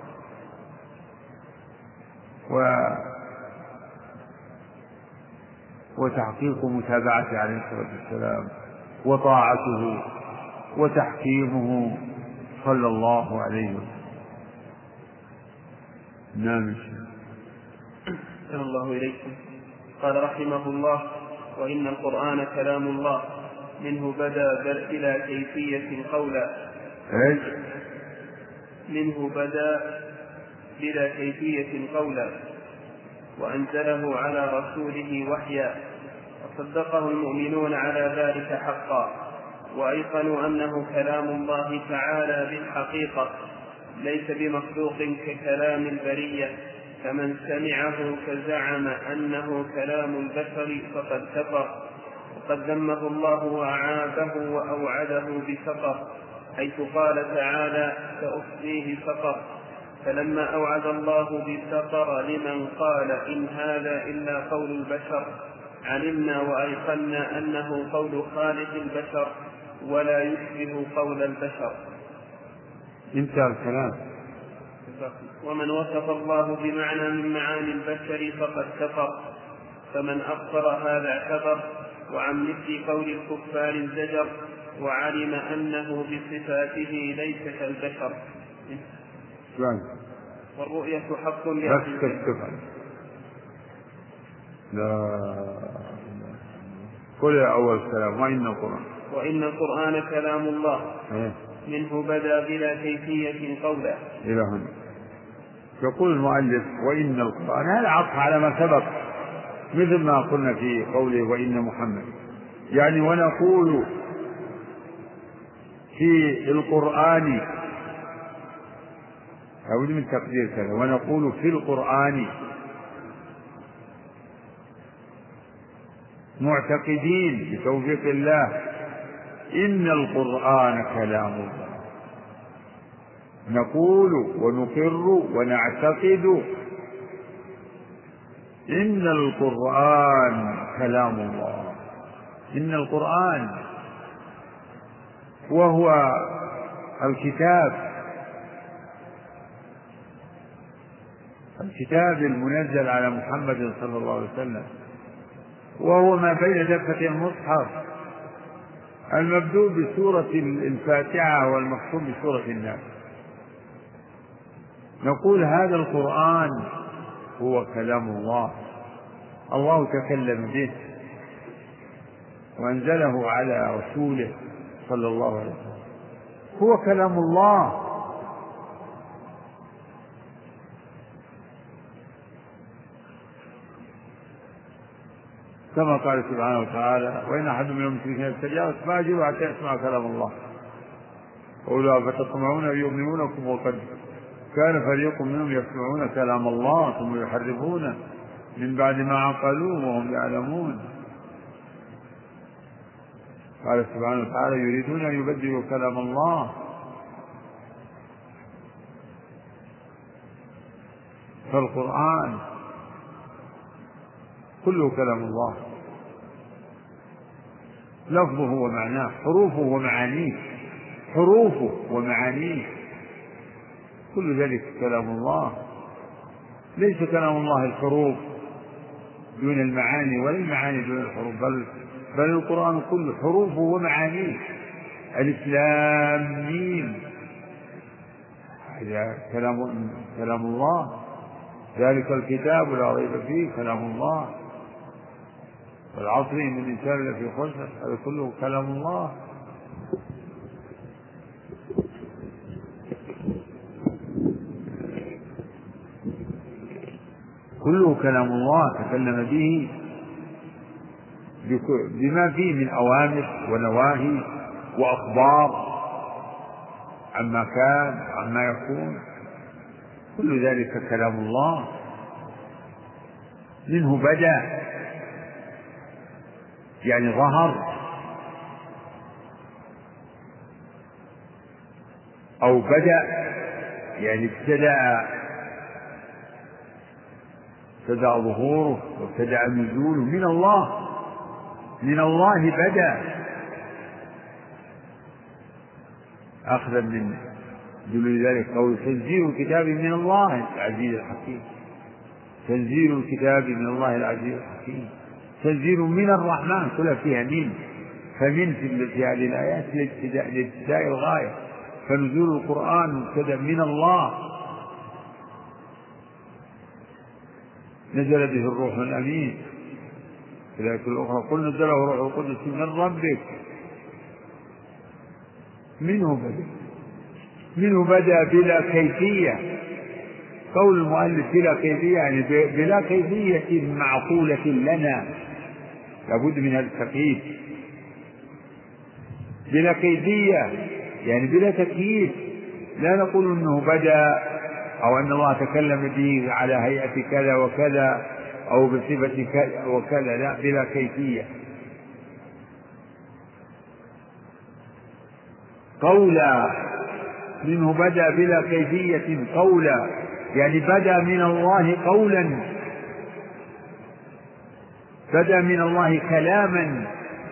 و وتحقيق متابعته عليه الصلاة والسلام وطاعته وتحكيمه صلى الله عليه وسلم. نعم. أحسن الله إليكم. قال رحمه الله: وإن القرآن كلام الله منه بدا بلا كيفية قولا منه بدا بلا كيفية قولا وأنزله على رسوله وحيا، وصدقه المؤمنون على ذلك حقا، وأيقنوا أنه كلام الله تعالى بالحقيقة ليس بمخلوق ككلام البرية، فمن سمعه فزعم أنه كلام البشر فقد كفر، وقد ذمه الله وأعابه وأوعده بسقر، حيث قال تعالى: سأصليه سقر. فلما أوعد الله بسقر لمن قال إن هذا إلا قول البشر، علمنا وأيقنا أنه قول خالق البشر ولا يشبه قول البشر. انتهى الكلام. ومن وصف الله بمعنى من معاني البشر فقد كفر، فمن أبصر هذا اعتبر، وعن مثل قول الكفار الزجر، وعلم أنه بصفاته ليس كالبشر. والرؤية حق لأهل. لا قل أول كلام وإن القرآن وإن القرآن كلام الله منه بدا بلا كيفية قولا إلى هنا. يقول المؤلف: وإن القرآن، هذا عطف على ما سبق، مثل ما قلنا في قوله وإن محمد، يعني ونقول في القرآن، أود من تقدير كذا، ونقول في القرآن معتقدين بتوفيق الله إن القرآن كلام الله. نقول ونقر ونعتقد إن القرآن كلام الله. إن القرآن وهو الكتاب الكتاب المنزل على محمد صلى الله عليه وسلم، وهو ما بين دفتي المصحف المبدوء بسورة الفاتحة والمختوم بسورة الناس. نقول هذا القرآن هو كلام الله. الله تكلم به وأنزله على رسوله صلى الله عليه وسلم، هو كلام الله. كما قال سبحانه وتعالى: وإن أحد من المشركين استجارك فأجره حتى يسمع كلام الله. قولوا فتطمعون أن يؤمنونكم وقد كان فريق منهم يسمعون كلام الله ثم يحرفونه من بعد ما عقلوه وهم يعلمون. قال سبحانه وتعالى: يريدون أن يبدلوا كلام الله. فالقرآن كله كلام الله، لفظه ومعناه، حروفه ومعانيه، حروفه ومعانيه كل ذلك كلام الله. ليس كلام الله الحروف دون المعاني ولا المعاني دون الحروف، بل بل القرآن كله حروفه ومعانيه. ألف لام ميم هذا كلام كلام الله. ذلك الكتاب لا ريب فيه كلام الله. والعصر إن الإنسان لفي خسر هذا كله كلام الله. كله كلام الله تكلم به بما فيه من أوامر ونواهي وأخبار عما كان وعما يكون، كل ذلك كلام الله. منه بدأ يعني ظهر، أو بدأ يعني ابتدأ ابتدأ ظهوره وابتدأ نزوله من الله. من الله بدأ أخذا من دليل ذلك قول: تنزيل الكتاب من الله العزيز الحكيم. تنزيل الكتاب من الله العزيز الحكيم، تنزيل من الرحمن كلها فيها من، فمن في هذه الآيات لابتداء الغاية. فنزول القرآن مبتدأ من الله، نزل به الروح الأمين. في الآية الأخرى: قل نزله روح القدس من ربك. منه بدأ، منه بدأ بلا كيفية. قول المؤلف بلا كيفية يعني بلا كيفية معقولة لنا، لابد من هذا التكييف. بلا كيفية يعني بلا تكييف، لا نقول انه بدأ او ان الله تكلم به على هيئة كذا وكذا او بصفة كذا وكذا، لا، بلا كيفية. قولا، منه بدأ بلا كيفية قولا يعني بدأ من الله قولا، بدأ من الله كلاما،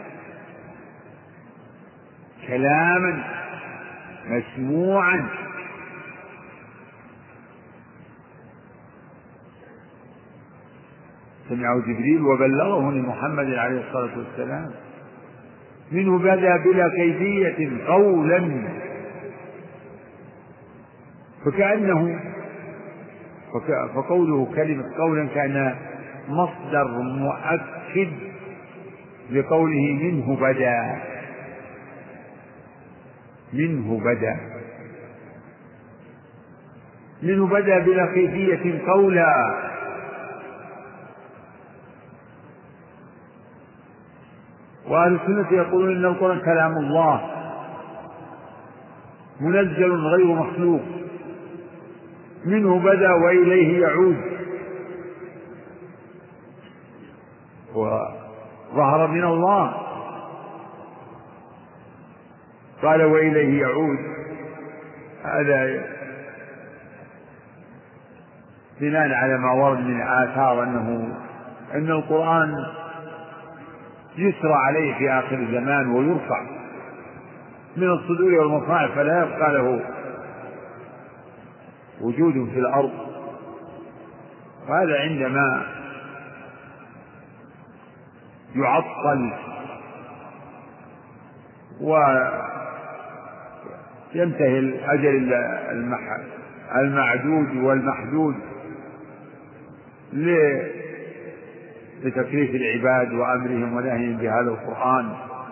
كلاما مسموعا. سمعه جبريل وبلغه لمحمد عليه الصلاة والسلام. منه بدأ بلا كيفية قولا، فكأنه فقوله كلمة قولا كان مصدر مؤكد لقوله منه بدأ. منه بدأ منه بدأ بلا كيفية قولا. وأهل السنة يقولون إن القرآن كلام الله منزل غير مخلوق، منه بدأ وإليه يعود. وظهر من الله، قال وإليه يعود، هذا بناء على ما ورد من آثار أنه أن القرآن يسرى عليه في آخر الزمان ويرفع من الصدور والمصاحف، فلا يبقى له وجود في الأرض. وهذا عندما يعطل وينتهي الأجل المعدود والمحدود لتكليف العباد وأمرهم ونهيهم بهذا القرآن.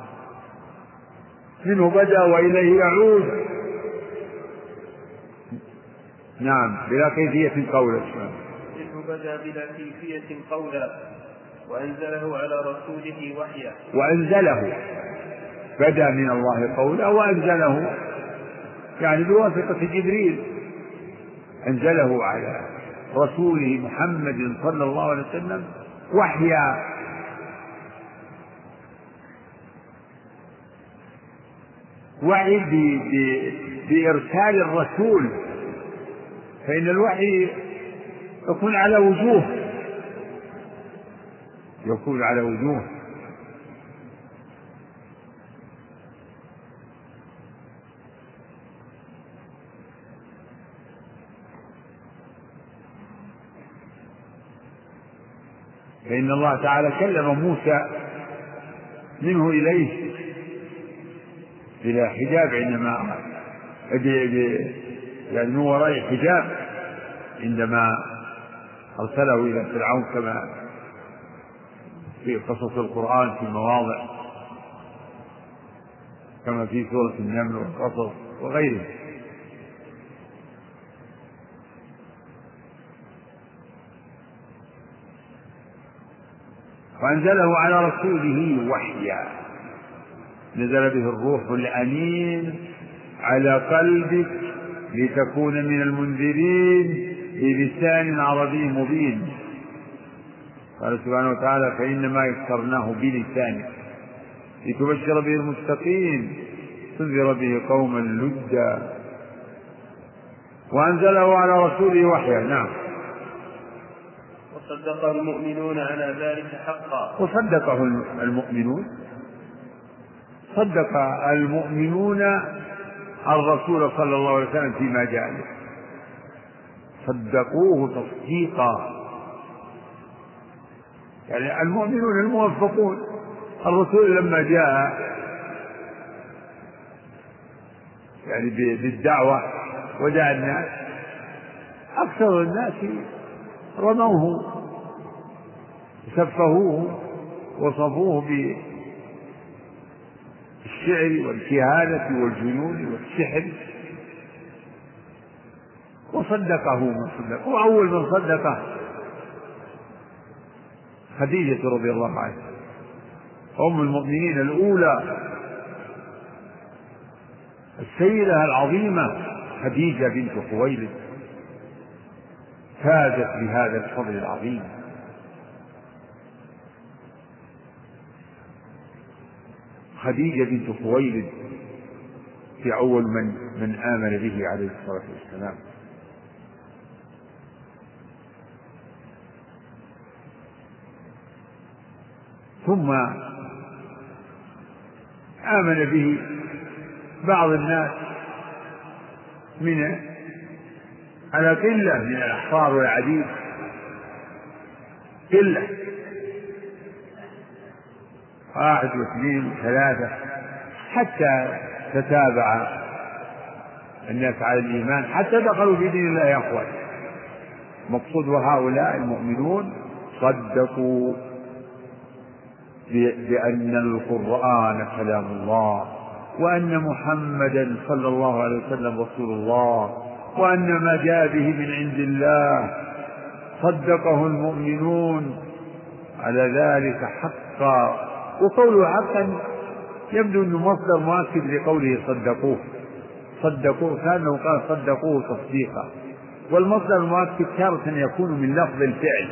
منه بدأ وإليه يعود. نعم بلا كيفية قولا. منه بدأ بلا كيفية قولا وأنزله على رسوله وحيا. وأنزله بدأ من الله قولا وأنزله يعني بواسطة جبريل أنزله على رسوله محمد صلى الله عليه وسلم وحيا. وحي بإرسال الرسول، فإن الوحي يكون على وجوه يكون على وجوه فإن الله تعالى كلم موسى منه إليه بلا حجاب، عندما يعني من وراء حجاب عندما أرسله إلى فرعون كما في قصص القرآن في مواضع كما في سورة النمل والقصص وغيره. وأنزله على رسوله وحيا، نزل به الروح الأمين على قلبك لتكون من المنذرين بلسان عربي مبين. قال سبحانه وتعالى فإنما يسرناه بلسانك لتبشر به المتقين تنذر به قوما لدا. وأنزله على رسوله وحيا. نعم. وصدقه المؤمنون على ذلك حقا. وصدقه المؤمنون صدق المؤمنون الرسول صلى الله عليه وسلم فيما جاء له، صدقوه تصديقا. يعني المؤمنون الموفقون، الرسول لما جاء يعني بالدعوة ودعا الناس أكثر الناس رموه سفهوه وصفوه بالشعر والكهانة والجنون والسحر، وصدقه من صدقه. وأول من صدقه خديجة رضي الله عنها أم المؤمنين الأولى السيدة العظيمة خديجة بنت خويلد، فازت بهذا الفضل العظيم. خديجة بنت خويلد في أول من من آمن به عليه الصلاة والسلام. ثم آمن به بعض الناس من على قلة من الأحرار والعبيد، قلة واحد واثنين وثلاثة، حتى تتابع الناس على الإيمان حتى دخلوا في دين الله أخوان. مقصود هؤلاء المؤمنون صدقوا بأن القرآن كلام الله، وأن محمدا صلى الله عليه وسلم رسول الله، وأن ما جاء به من عند الله. صدقه المؤمنون على ذلك حقا. وقوله حقا يبدو أنه مصدر مؤكد لقوله صدقوه صدقوه كأنه قال صدقوه تصديقا. والمصدر المؤكد تارة يكون من لفظ الفعل،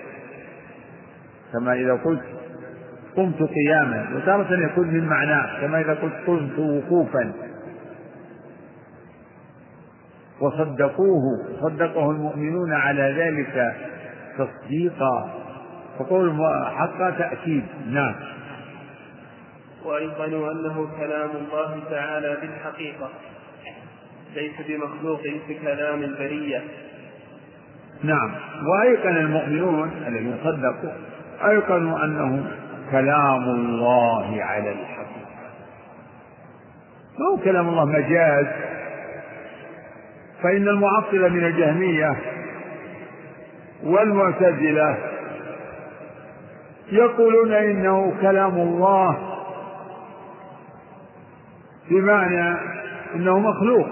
كما إذا قلت قمت قياما، وتارة يكون من معناه كما إذا قلت قمت وقوفا. وصدقوه صدقه المؤمنون على ذلك تصديقا. فقول حقا تأكيد. نعم. وأيقنوا أنه كلام الله تعالى بالحقيقة ليس بمخلوق في كلام البرية. نعم. وأيقن المؤمنون الذين صدقوا أيقنوا أنه كلام الله على الحقيقة، ما هو كلام الله مجاز. فإن المعطلة من الجهمية والمعتزلة يقولون إنه كلام الله بمعنى إنه مخلوق،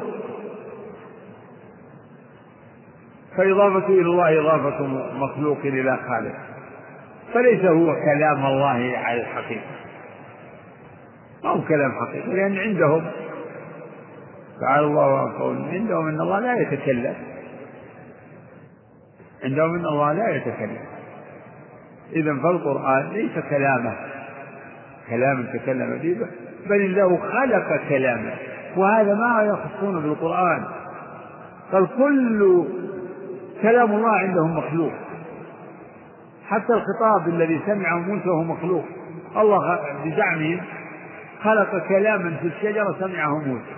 فإضافة إلى الله إضافة مخلوق إلى خالق، فليس هو كلام الله على الحقيقة، ما هو كلام حقيقي، لأن عندهم تعالى الله عن قولهم عندهم إن الله لا يتكلم، عندهم إن الله لا يتكلم. إذن فالقرآن ليس كلامه كلام تكلم به، بل الله خلق كلامه، وهذا ما يخصون بالقرآن، بل كل كلام الله عندهم مخلوق، حتى الخطاب الذي سمعه موسى هو مخلوق. الله بزعمهم خلق كلاما في الشجرة سمعه موسى.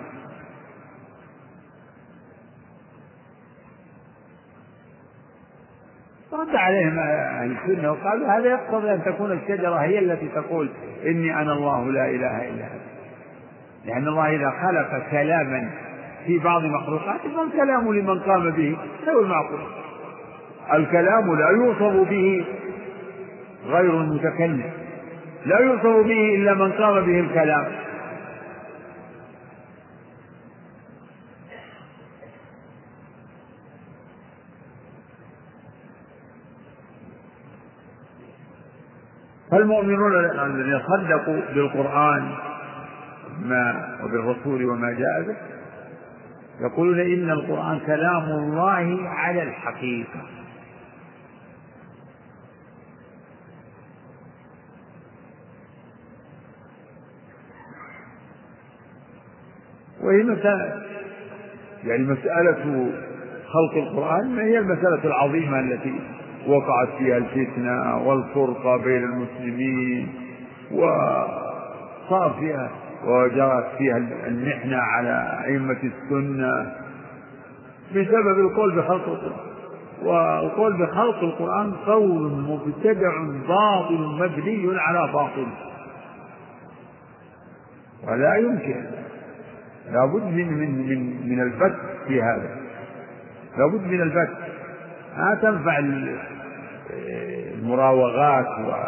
رد عليهم أهل السنة وقالوا هذا يقتضي أن تكون الشجرة هي التي تقول إني أنا الله لا إله إلا أنا، لأن الله إذا خلق كلاما في بعض مخلوقاته فالكلام لمن قام به هو المعقول. الكلام لا يوصف به غير المتكلم، لا يوصف به إلا من قام به الكلام. فالمؤمنون الذين صدقوا بالقرآن ما وبالرسول وما جاء به يقولون إن القرآن كلام الله على الحقيقة. وهي مسألة يعني مسألة خلق القرآن ما هي المسألة العظيمة التي وقعت فيها الفتنة والفرقة بين المسلمين وصار فيها وجرت فيها المحنة على أئمة السنة بسبب القول بخلق القرآن. والقول بخلق القرآن قول مبتدع باطل مبني على باطل، ولا يمكن، لابد من من من من البت في هذا، لابد من البت. ما تنفع المراوغات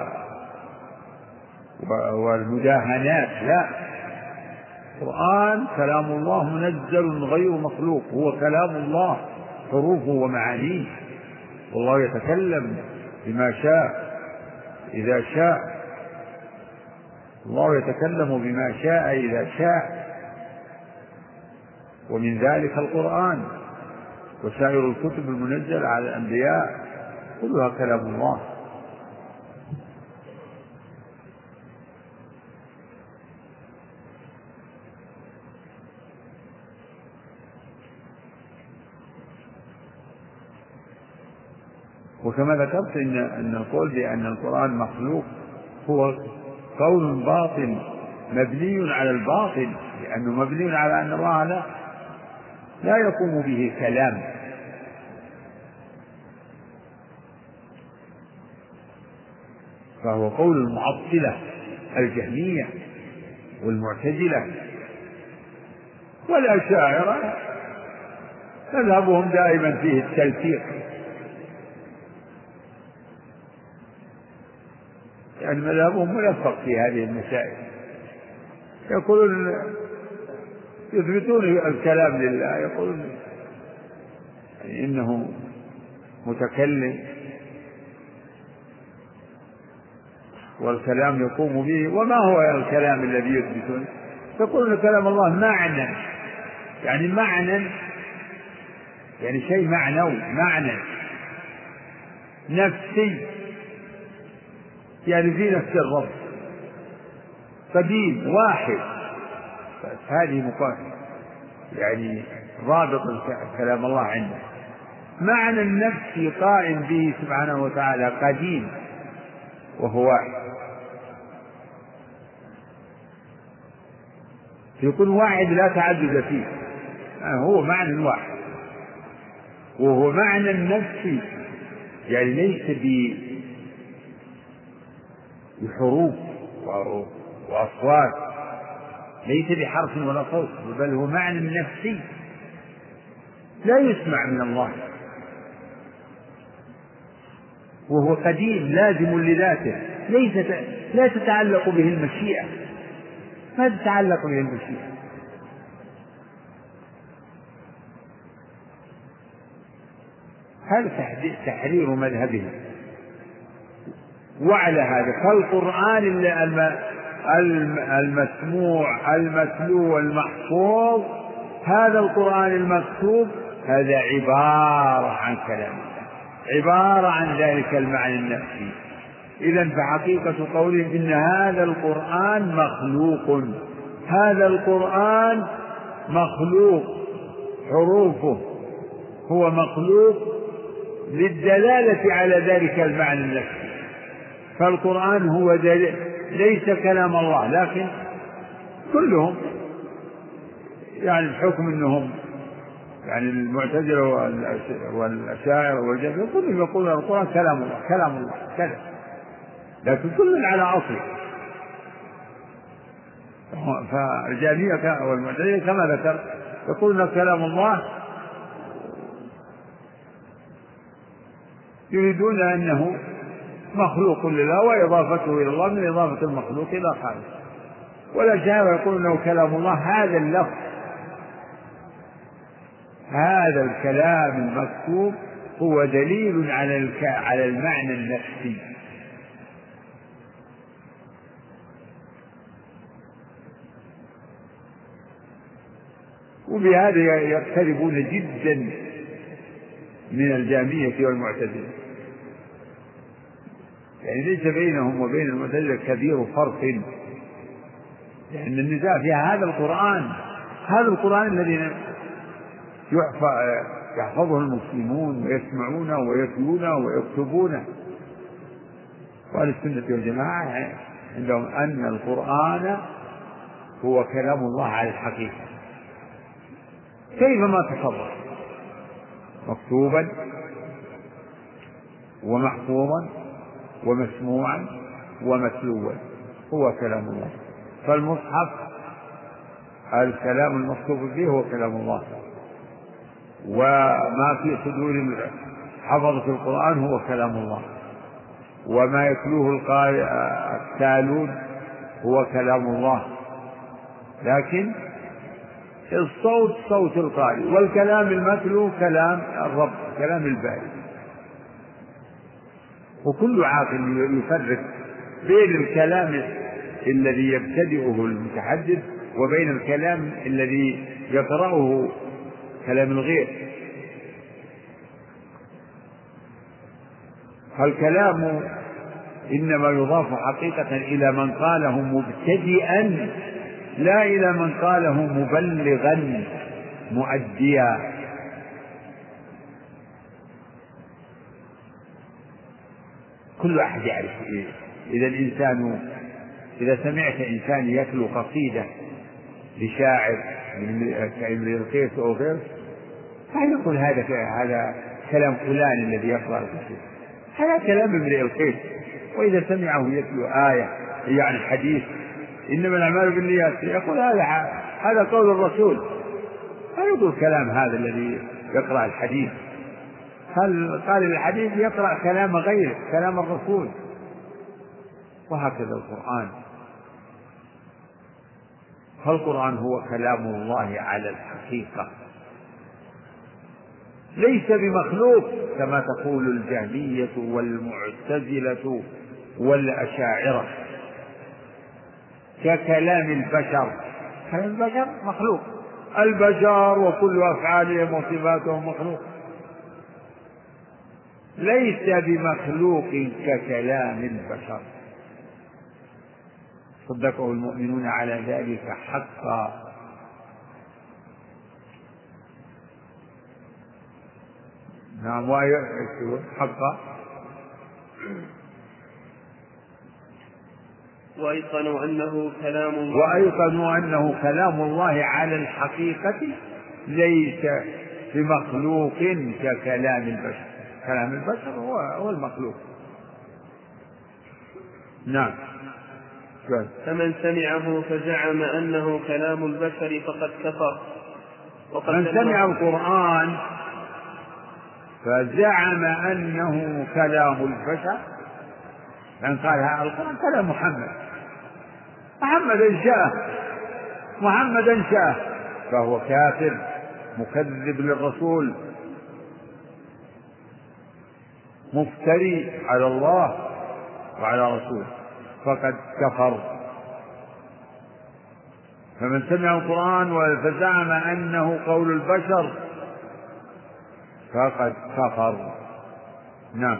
والمداهنات، لا، القرآن كلام الله منزل غير مخلوق، هو كلام الله حروفه ومعانيه، والله يتكلم بما شاء إذا شاء، الله يتكلم بما شاء إذا شاء، ومن ذلك القرآن وسائر الكتب المنزلة على الأنبياء كلها كلام الله. وكما ذكرت إن أن القول بأن القرآن مخلوق هو قول باطل مبني على الباطل، لأنه مبني على أن الله لا لا يقوم به كلام، فهو قول المعطلة الجهمية والمعتزلة والأشاعرة، مذهبهم دائما فيه التلفيق، يعني مذهبهم ملفق في هذه المسائل، يقولون يثبتون الكلام لله، يقولون إنه متكلم والكلام يقوم به. وما هو الكلام الذي يثبتون؟ يقولون كلام الله معنى، يعني معنى يعني شيء معنوي، معنى نفسي، يعني في نفس الرب قديم واحد. هذه مقارنة يعني رابط كلام الله عنده، معنى النفس قائم به سبحانه وتعالى قديم وهو واحد، يكون واحد لا تعدد فيه، هو معنى واحد، وهو معنى النفس يعني ليس بحروف وأصوات، ليس بحرف ولا صوت، بل هو معنى نفسي لا يسمع من الله، وهو قديم لازم لذاته، ليس لا تتعلق به المشيئة، ما تتعلق به المشيئة. هذا تحرير مذهبهم. وعلى هذا فالقرآن المسموع المتلو المحفوظ، هذا القرآن المكتوب هذا عبارة عن كلام الله، عبارة عن ذلك المعنى النفسي. إذن فحقيقة قولهم إن هذا القرآن مخلوق، هذا القرآن مخلوق، حروفه هو مخلوق للدلالة على ذلك المعنى النفسي. فالقرآن هو دليل ليس كلام الله، لكن كلهم يعني الحكم أنهم يعني المعتزلة والأشاعرة والجهمية كلهم يقولون القرآن كلام الله كلام الله كذا، لكن كل على أصله. فالجهمية والمعتزلة كما ذكر يقولون كلام الله، يريدون أنه مخلوق لله وإضافته إلى الله من إضافة المخلوق إلى خالق. والأشاعرة يقولون أنه كلام الله هذا اللفظ، هذا الكلام المكتوب هو دليل على على المعنى النفسي. وبهذا يقتربون جدا من الجهمية والمعتزلة، يعني ليس بينهم وبين المعتزلة كبير فرق، لأن النزاع فيها هذا القرآن، هذا القرآن الذي يحفظه المسلمون ويسمعونه ويتلونه ويكتبونه. وأهل السنة والجماعة عندهم أن القرآن هو كلام الله على الحقيقة كيفما تصرف، مكتوبا ومحفوظا ومسموعا ومتلوا، هو كلام الله. فالمصحف الكلام المكتوب فيه هو كلام الله، وما في صدور حفظة القرآن هو كلام الله، وما يتلوه التالون هو كلام الله، لكن الصوت صوت القارئ، والكلام المتلو كلام الرب كلام الباري. وكل عاقل يفرق بين الكلام الذي يبتدئه المتحدث وبين الكلام الذي يقرأه كلام الغير. فالكلام إنما يضاف حقيقة إلى من قاله مبتدئا، لا إلى من قاله مبلغا مؤديا. كل أحد يعرف إذا الإنسان إذا سمعت إنسان يتلو قصيدة لشاعر كامرئ القيس أو غيره، فهل يقول هذا هذا كلام فلان الذي يقرأ القصيدة؟ هذا كلام امرئ القيس. وإذا سمعه يتلو آية يعني حديث إنما الأعمال بالنيات، يقول هذا هذا قول الرسول. هل يقول كلام هذا الذي يقرأ الحديث؟ هل قال الحديث يقرأ كلام غيره كلام الرسول؟ وهكذا القرآن. فالقرآن هو كلام الله على الحقيقة، ليس بمخلوق كما تقول الجهمية والمعتزلة والأشاعرة، ككلام البشر. كلام البشر مخلوق، البشر وكل أفعالهم وصفاتهم مخلوق، ليس بمخلوق ككلام البشر. صدقه المؤمنون على ذلك حقا. نعم حقا. وأيقنوا أنه كلام الله وأيقنوا أنه كلام الله على الحقيقة ليس بمخلوق ككلام البشر. كلام البشر هو هو المخلوق. نعم. فمن سمعه فزعم أنه كلام البشر فقد كفر. من سمع القرآن فزعم أنه كلام البشر، من قال هذا القرآن كلام محمد، محمد أنشأه محمد أنشأه فهو كافر مكذب للرسول مفتري على الله وعلى رسوله فقد كفر. فمن سمع القرآن فزعم أنه قول البشر فقد كفر. نعم.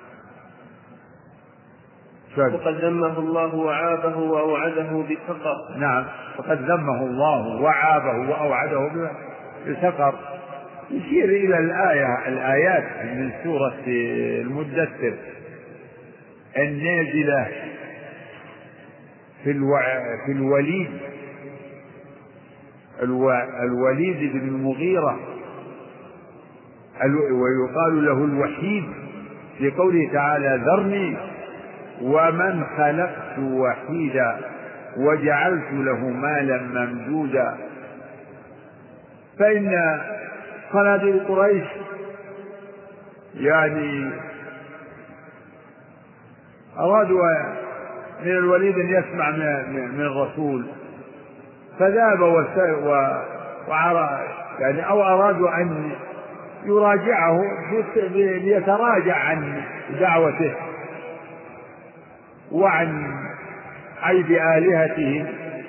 وقد ذمه الله وعابه وأوعده بسقر. نعم، فقد ذمه الله وعابه وأوعده بسقر. يشير إلى الآية الآيات من سورة المدثر النازلة في, الو... في الوليد الو... الوليد بن المغيرة ويقال له الوحيد، في قوله تعالى ذرني ومن خلقت وحيدا وجعلت له مالا ممدودا. فإن صناديد قريش يعني أرادوا من الوليد أن يسمع من الرسول فذهب وعرى يعني أو أرادوا أن يراجعه ليتراجع عن دعوته وعن عيب آلهتهم،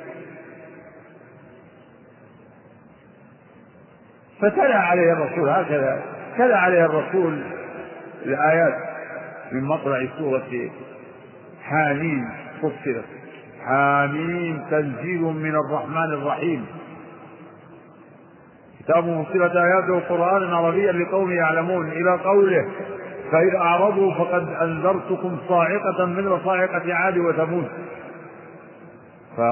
فتلا عليه الرسول هكذا تلا عليه الرسول الآيات من مطلع سورة حاميم فصلت حاميم تنزيل من الرحمن الرحيم كتاب فصلت آياته قرآنا عربيا لقوم يعلمون إلى قوله فإذا أعرضوا فقد أنذرتكم صاعقة مثل صاعقة عاد وثمود. ف...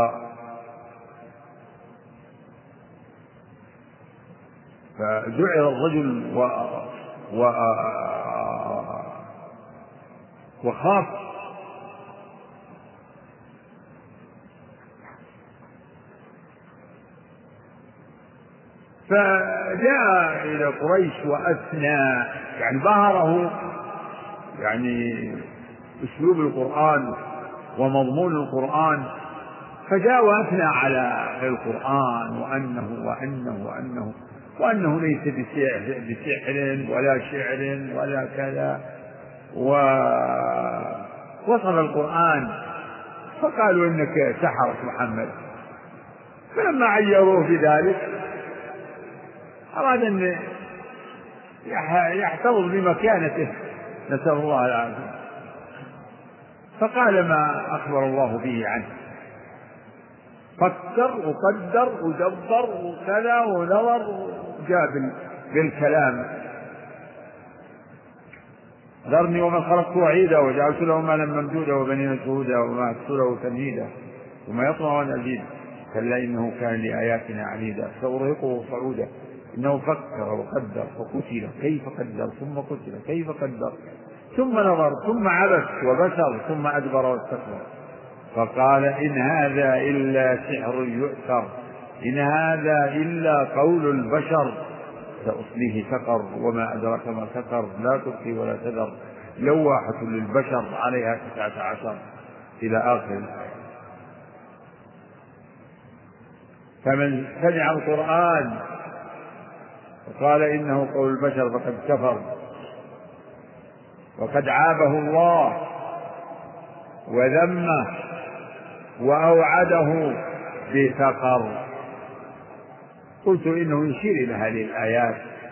فجعل الرجل و... و... وخاف فجاء إلى قريش وأثنى يعني ظهره يعني أسلوب القرآن ومضمون القرآن، فجاء وأثنى على القرآن وأنه وأنه وأنه وأنه ليس بسحر ولا شعر ولا كذا، ووصل القرآن فقالوا إنك سحرت محمد. فلما عيروه بذلك أراد أن يحتفظ بمكانته نسأل الله العافية، فقال ما أخبر الله به عنه، فكر وقدر ودبر وكذا ونظر وجاء بالكلام ذرني ومن خلقت وحيدا وجعلت له مالا ممدودا وبنين شهودا ومهدت له تمهيدا ثم يطمع أن أزيد كلا إنه كان لآياتنا عنيدا سأرهقه صعودا إنه فكر وقدر فقتل كيف قدر ثم قتل كيف قدر ثم نظر ثم عبس وبشر ثم أدبر واستكبر فقال إن هذا إلا سحر يؤثر إن هذا إلا قول البشر سأصليه سقر وما أدرك ما سقر لا تبقي ولا تذر لواحة للبشر عليها تسعة عشر إلى آخر الآية. فمن سمع القرآن وقال إنه قول البشر فقد كفر وقد عابه الله وذمه وأوعده بسقر. قلت إنه يشير إلى هذه الآيات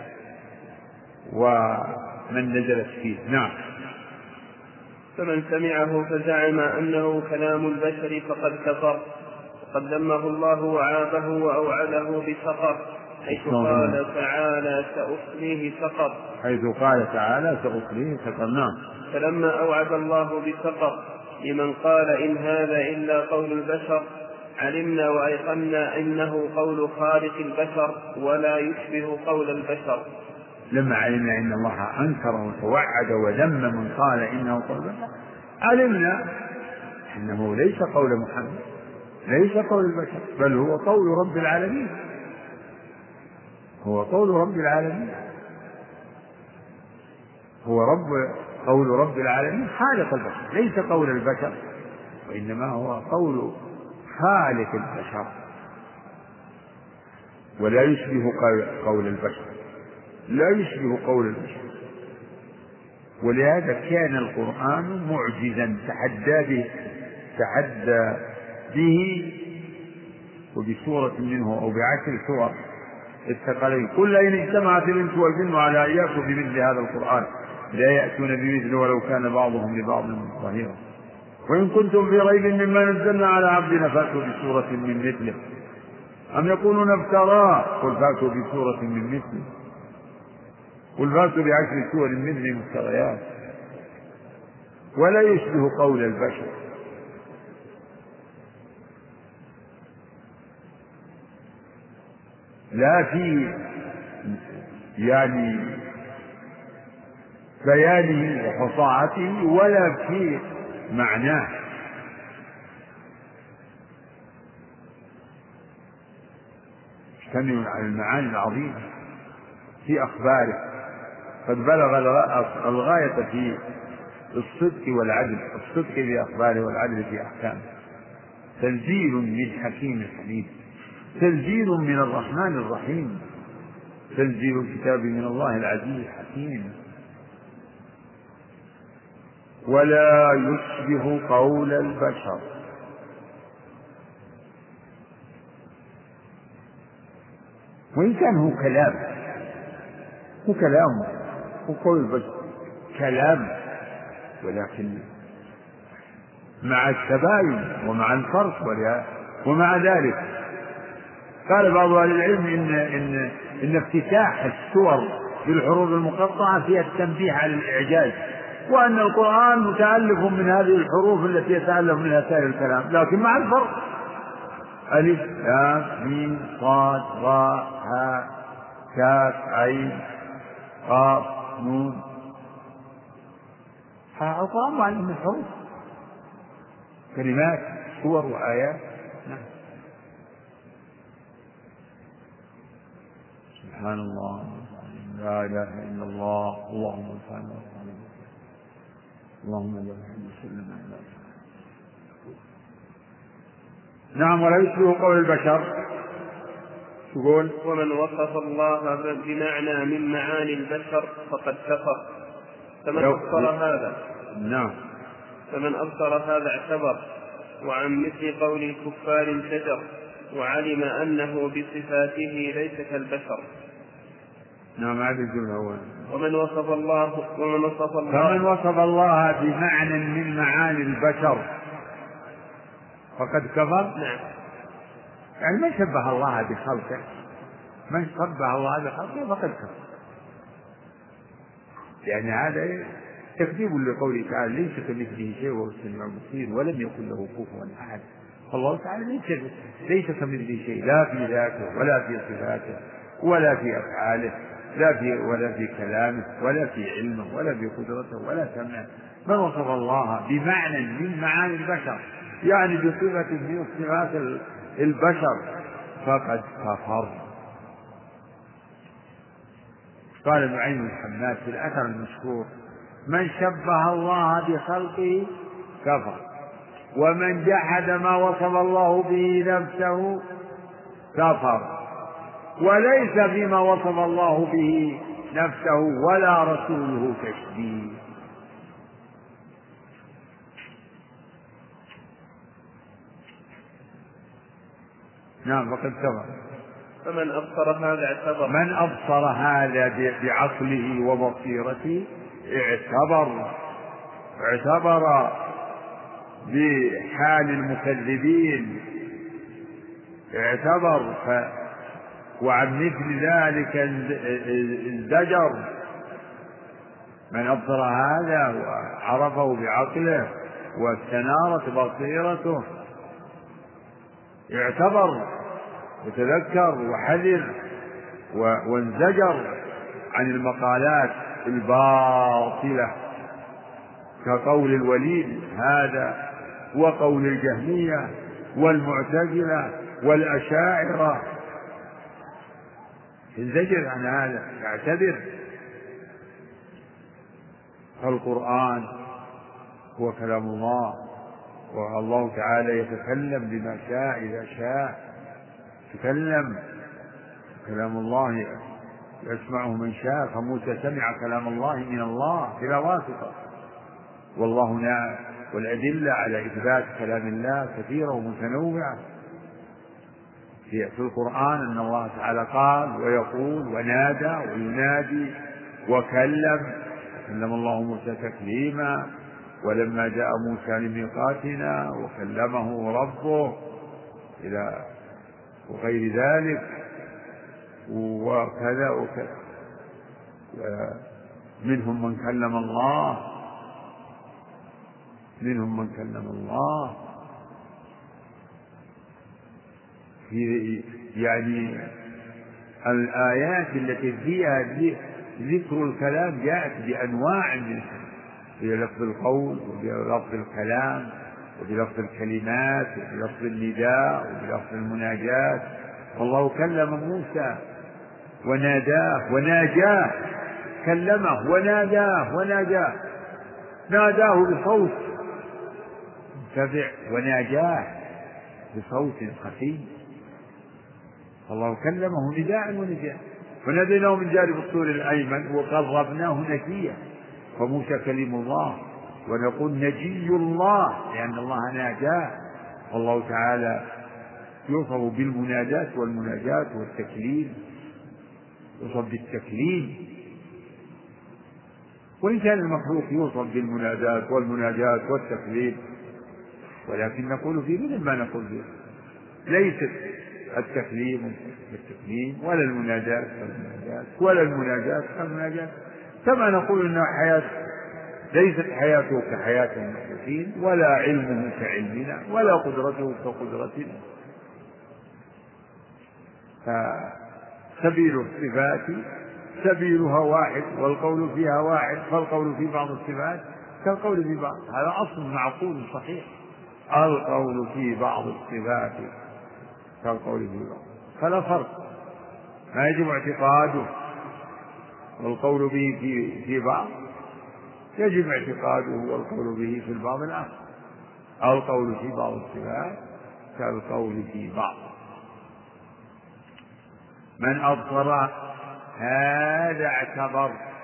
ومن نزلت فيه. نعم. فمن سمعه فزعم أنه كلام البشر فقد كفر وقد ذمه الله وعابه وأوعده بسقر حيث قال تعالى سأصليه سقر حيث قال تعالى سأصليه سقر. نعم. فلما أوعد الله بسقر لمن قال إن هذا إلا قول البشر علمنا وأيقنا إنه قول خالق البشر ولا يشبه قول البشر. لما علمنا إن الله أنكر وتوعد وذم من قال إنه قول البشر علمنا إنه ليس قول محمد ليس قول البشر بل هو قول رب العالمين هو قول رب العالمين. هو رب قول رب العالمين خالق البشر، ليس قول البشر، وإنما هو قول خالق البشر، ولا يشبه قول البشر، لا يشبه قول البشر. ولهذا كان القرآن معجزا تحدى به تحدى به وبسورة منه أو بعشر سور الثقلين. قل إن اجتمعت الإنس والجن على أن يأتوا بمثل هذا القرآن لا يأتون بمثله ولو كان بعضهم لبعض ظهيرا. وإن كنتم في ريب مما نزلنا على عبدنا فأتوا بسورة من مثله أم يقولون افتراه قل فأتوا بسورة من مثله قل فأتوا بعشر سور مثله مفتريات. ولا يشبه قول البشر. لا في يعني بيانه وفصاحته ولا في معناه. يشتمل على المعاني العظيمة في أخباره، قد بلغ الغاية في الصدق والعدل، الصدق في أخباره والعدل في أحكامه. تنزيل من حكيم حميد، تنزيل من الرحمن الرحيم، تنزيل الكتاب من الله العزيز الحكيم. ولا يشبه قول البشر. وإن كان هو كلام، هو كلام، هو قول البشر كلام، ولكن مع التباين ومع الفرق ومع ذلك قال بعض أهل العلم إن, إن, إن افتتاح السور بالحروف المقطعة فيها التنبيه على الإعجاز، وأن القرآن متألف من هذه الحروف التي يتألف منها سائر الكلام، لكن مع الفرق. ألف لام ميم صاد راء هاء كاف عين قاف نون، القرآن معلم من الحروف، كلمات صور وآيات. نعم. سبحان الله، لا إله إلا الله، اللهم صل وسلم اللهم بارك وسلم على. نعم. ولا يشبه قول البشر. تقول ومن وصف الله بمعنى من معاني البشر فقد كفر، فمن أبصر هذا نعم فمن أبصر هذا اعتبر، وعن مثل قول الكفار شجر، وعلم أنه بصفاته ليس كالبشر. نعم. هذه الجملة أولا. ومن وصف الله ومن وصف الله فمن وصف الله بمعنى من معاني البشر فقد كفر. نعم. يعني من شبه الله بخلقه، من شبه الله بخلقه فقد كفر. يعني هذا تكذيب لقوله تعالى ليس كمثله شيء وهو السميع البصير ولم يكن له كفوا أحد. فالله تعالى ليس ليس كمثله شيء، لا في ذاته ولا في صفاته ولا في أفعاله، لا في ولا في كلامه ولا في علمه ولا في قدرته ولا سمعه. من وصف الله بمعنى من معاني البشر يعني بصفة من صفات البشر فقد كفر. قال نعيم بن حماد في الأثر المشهور من شبه الله بخلقه كفر، ومن جحد ما وصف الله به نفسه كفر، وليس فيما وصف الله به نفسه ولا رسوله تشبيه. نعم فقد كفر. فمن أبصر هذا اعتبر، من أبصر هذا بعقله وبصيرته اعتبر اعتبر بحال المكذبين، اعتبر ف وعن مثل ذلك الزجر. من أبصر هذا وعرفه بعقله واستنارت بصيرته اعتبر وتذكر وحذر وانزجر عن المقالات الباطلة كقول الوليد هذا وقول الجهمية والمعتزلة والأشاعرة. انزجر عن هذا، يعتذر. فالقرآن هو كلام الله، والله تعالى يتكلم بما شاء إذا شاء تكلم. كلام الله يسمعه من شاء، فموسى سمع كلام الله من الله بلا واسطة. والله نعم، والأدلة على إثبات كلام الله كثيرة ومتنوعة في القرآن، أن الله تعالى قال ويقول ونادى وينادي وكلم، كلم الله موسى تكليما، ولما جاء موسى لميقاتنا وكلمه ربه إلى وغير ذلك وكذا وكذا. منهم من كلم الله منهم من كلم الله في يعني الآيات التي فيها ذكر الكلام جاءت بأنواع منها، بلفظ القول وبلفظ الكلام وبلفظ الكلمات وبلفظ النداء وبلفظ المناجاة. والله كلم موسى وناداه وناجاه، كلمه وناداه وناجاه، ناداه بصوت مرتفع وناجاه بصوت خفي. الله كلمه نداء ونجاه، وناديناه من جانب الطور الأيمن وقربناه نجيا. فموسى كلم الله، ونقول نجي الله لأن الله ناجاه. والله تعالى يوصف بالمنادات والمناجات والتكليم، يوصف بالتكليم، وإن كان المخلوق يوصف بالمنادات والمناجات والتكليم، ولكن نقول فيه مثل ما نقول فيه، ليست التكليم بالتكليم ولا المناجات والمناجات ولا المناجات كالمناجات، كما نقول أن حياة ليست حياته كحياة المخلوقين، ولا علمه كعلمنا، ولا قدرته كقدرتنا. فسبيل الصفات سبيلها واحد والقول فيها واحد، فالقول في بعض الصفات كالقول في بعض، هذا أصل معقول صحيح. القول في بعض الصفات كالقول في بعض، فلا فرق، ما يجب اعتقاده. والقول به في, في بعض يجب اعتقاده، والقول به في البعض الآخر. القول في بعض الصفات كالقول في بعض. من أبصر هذا اعتبر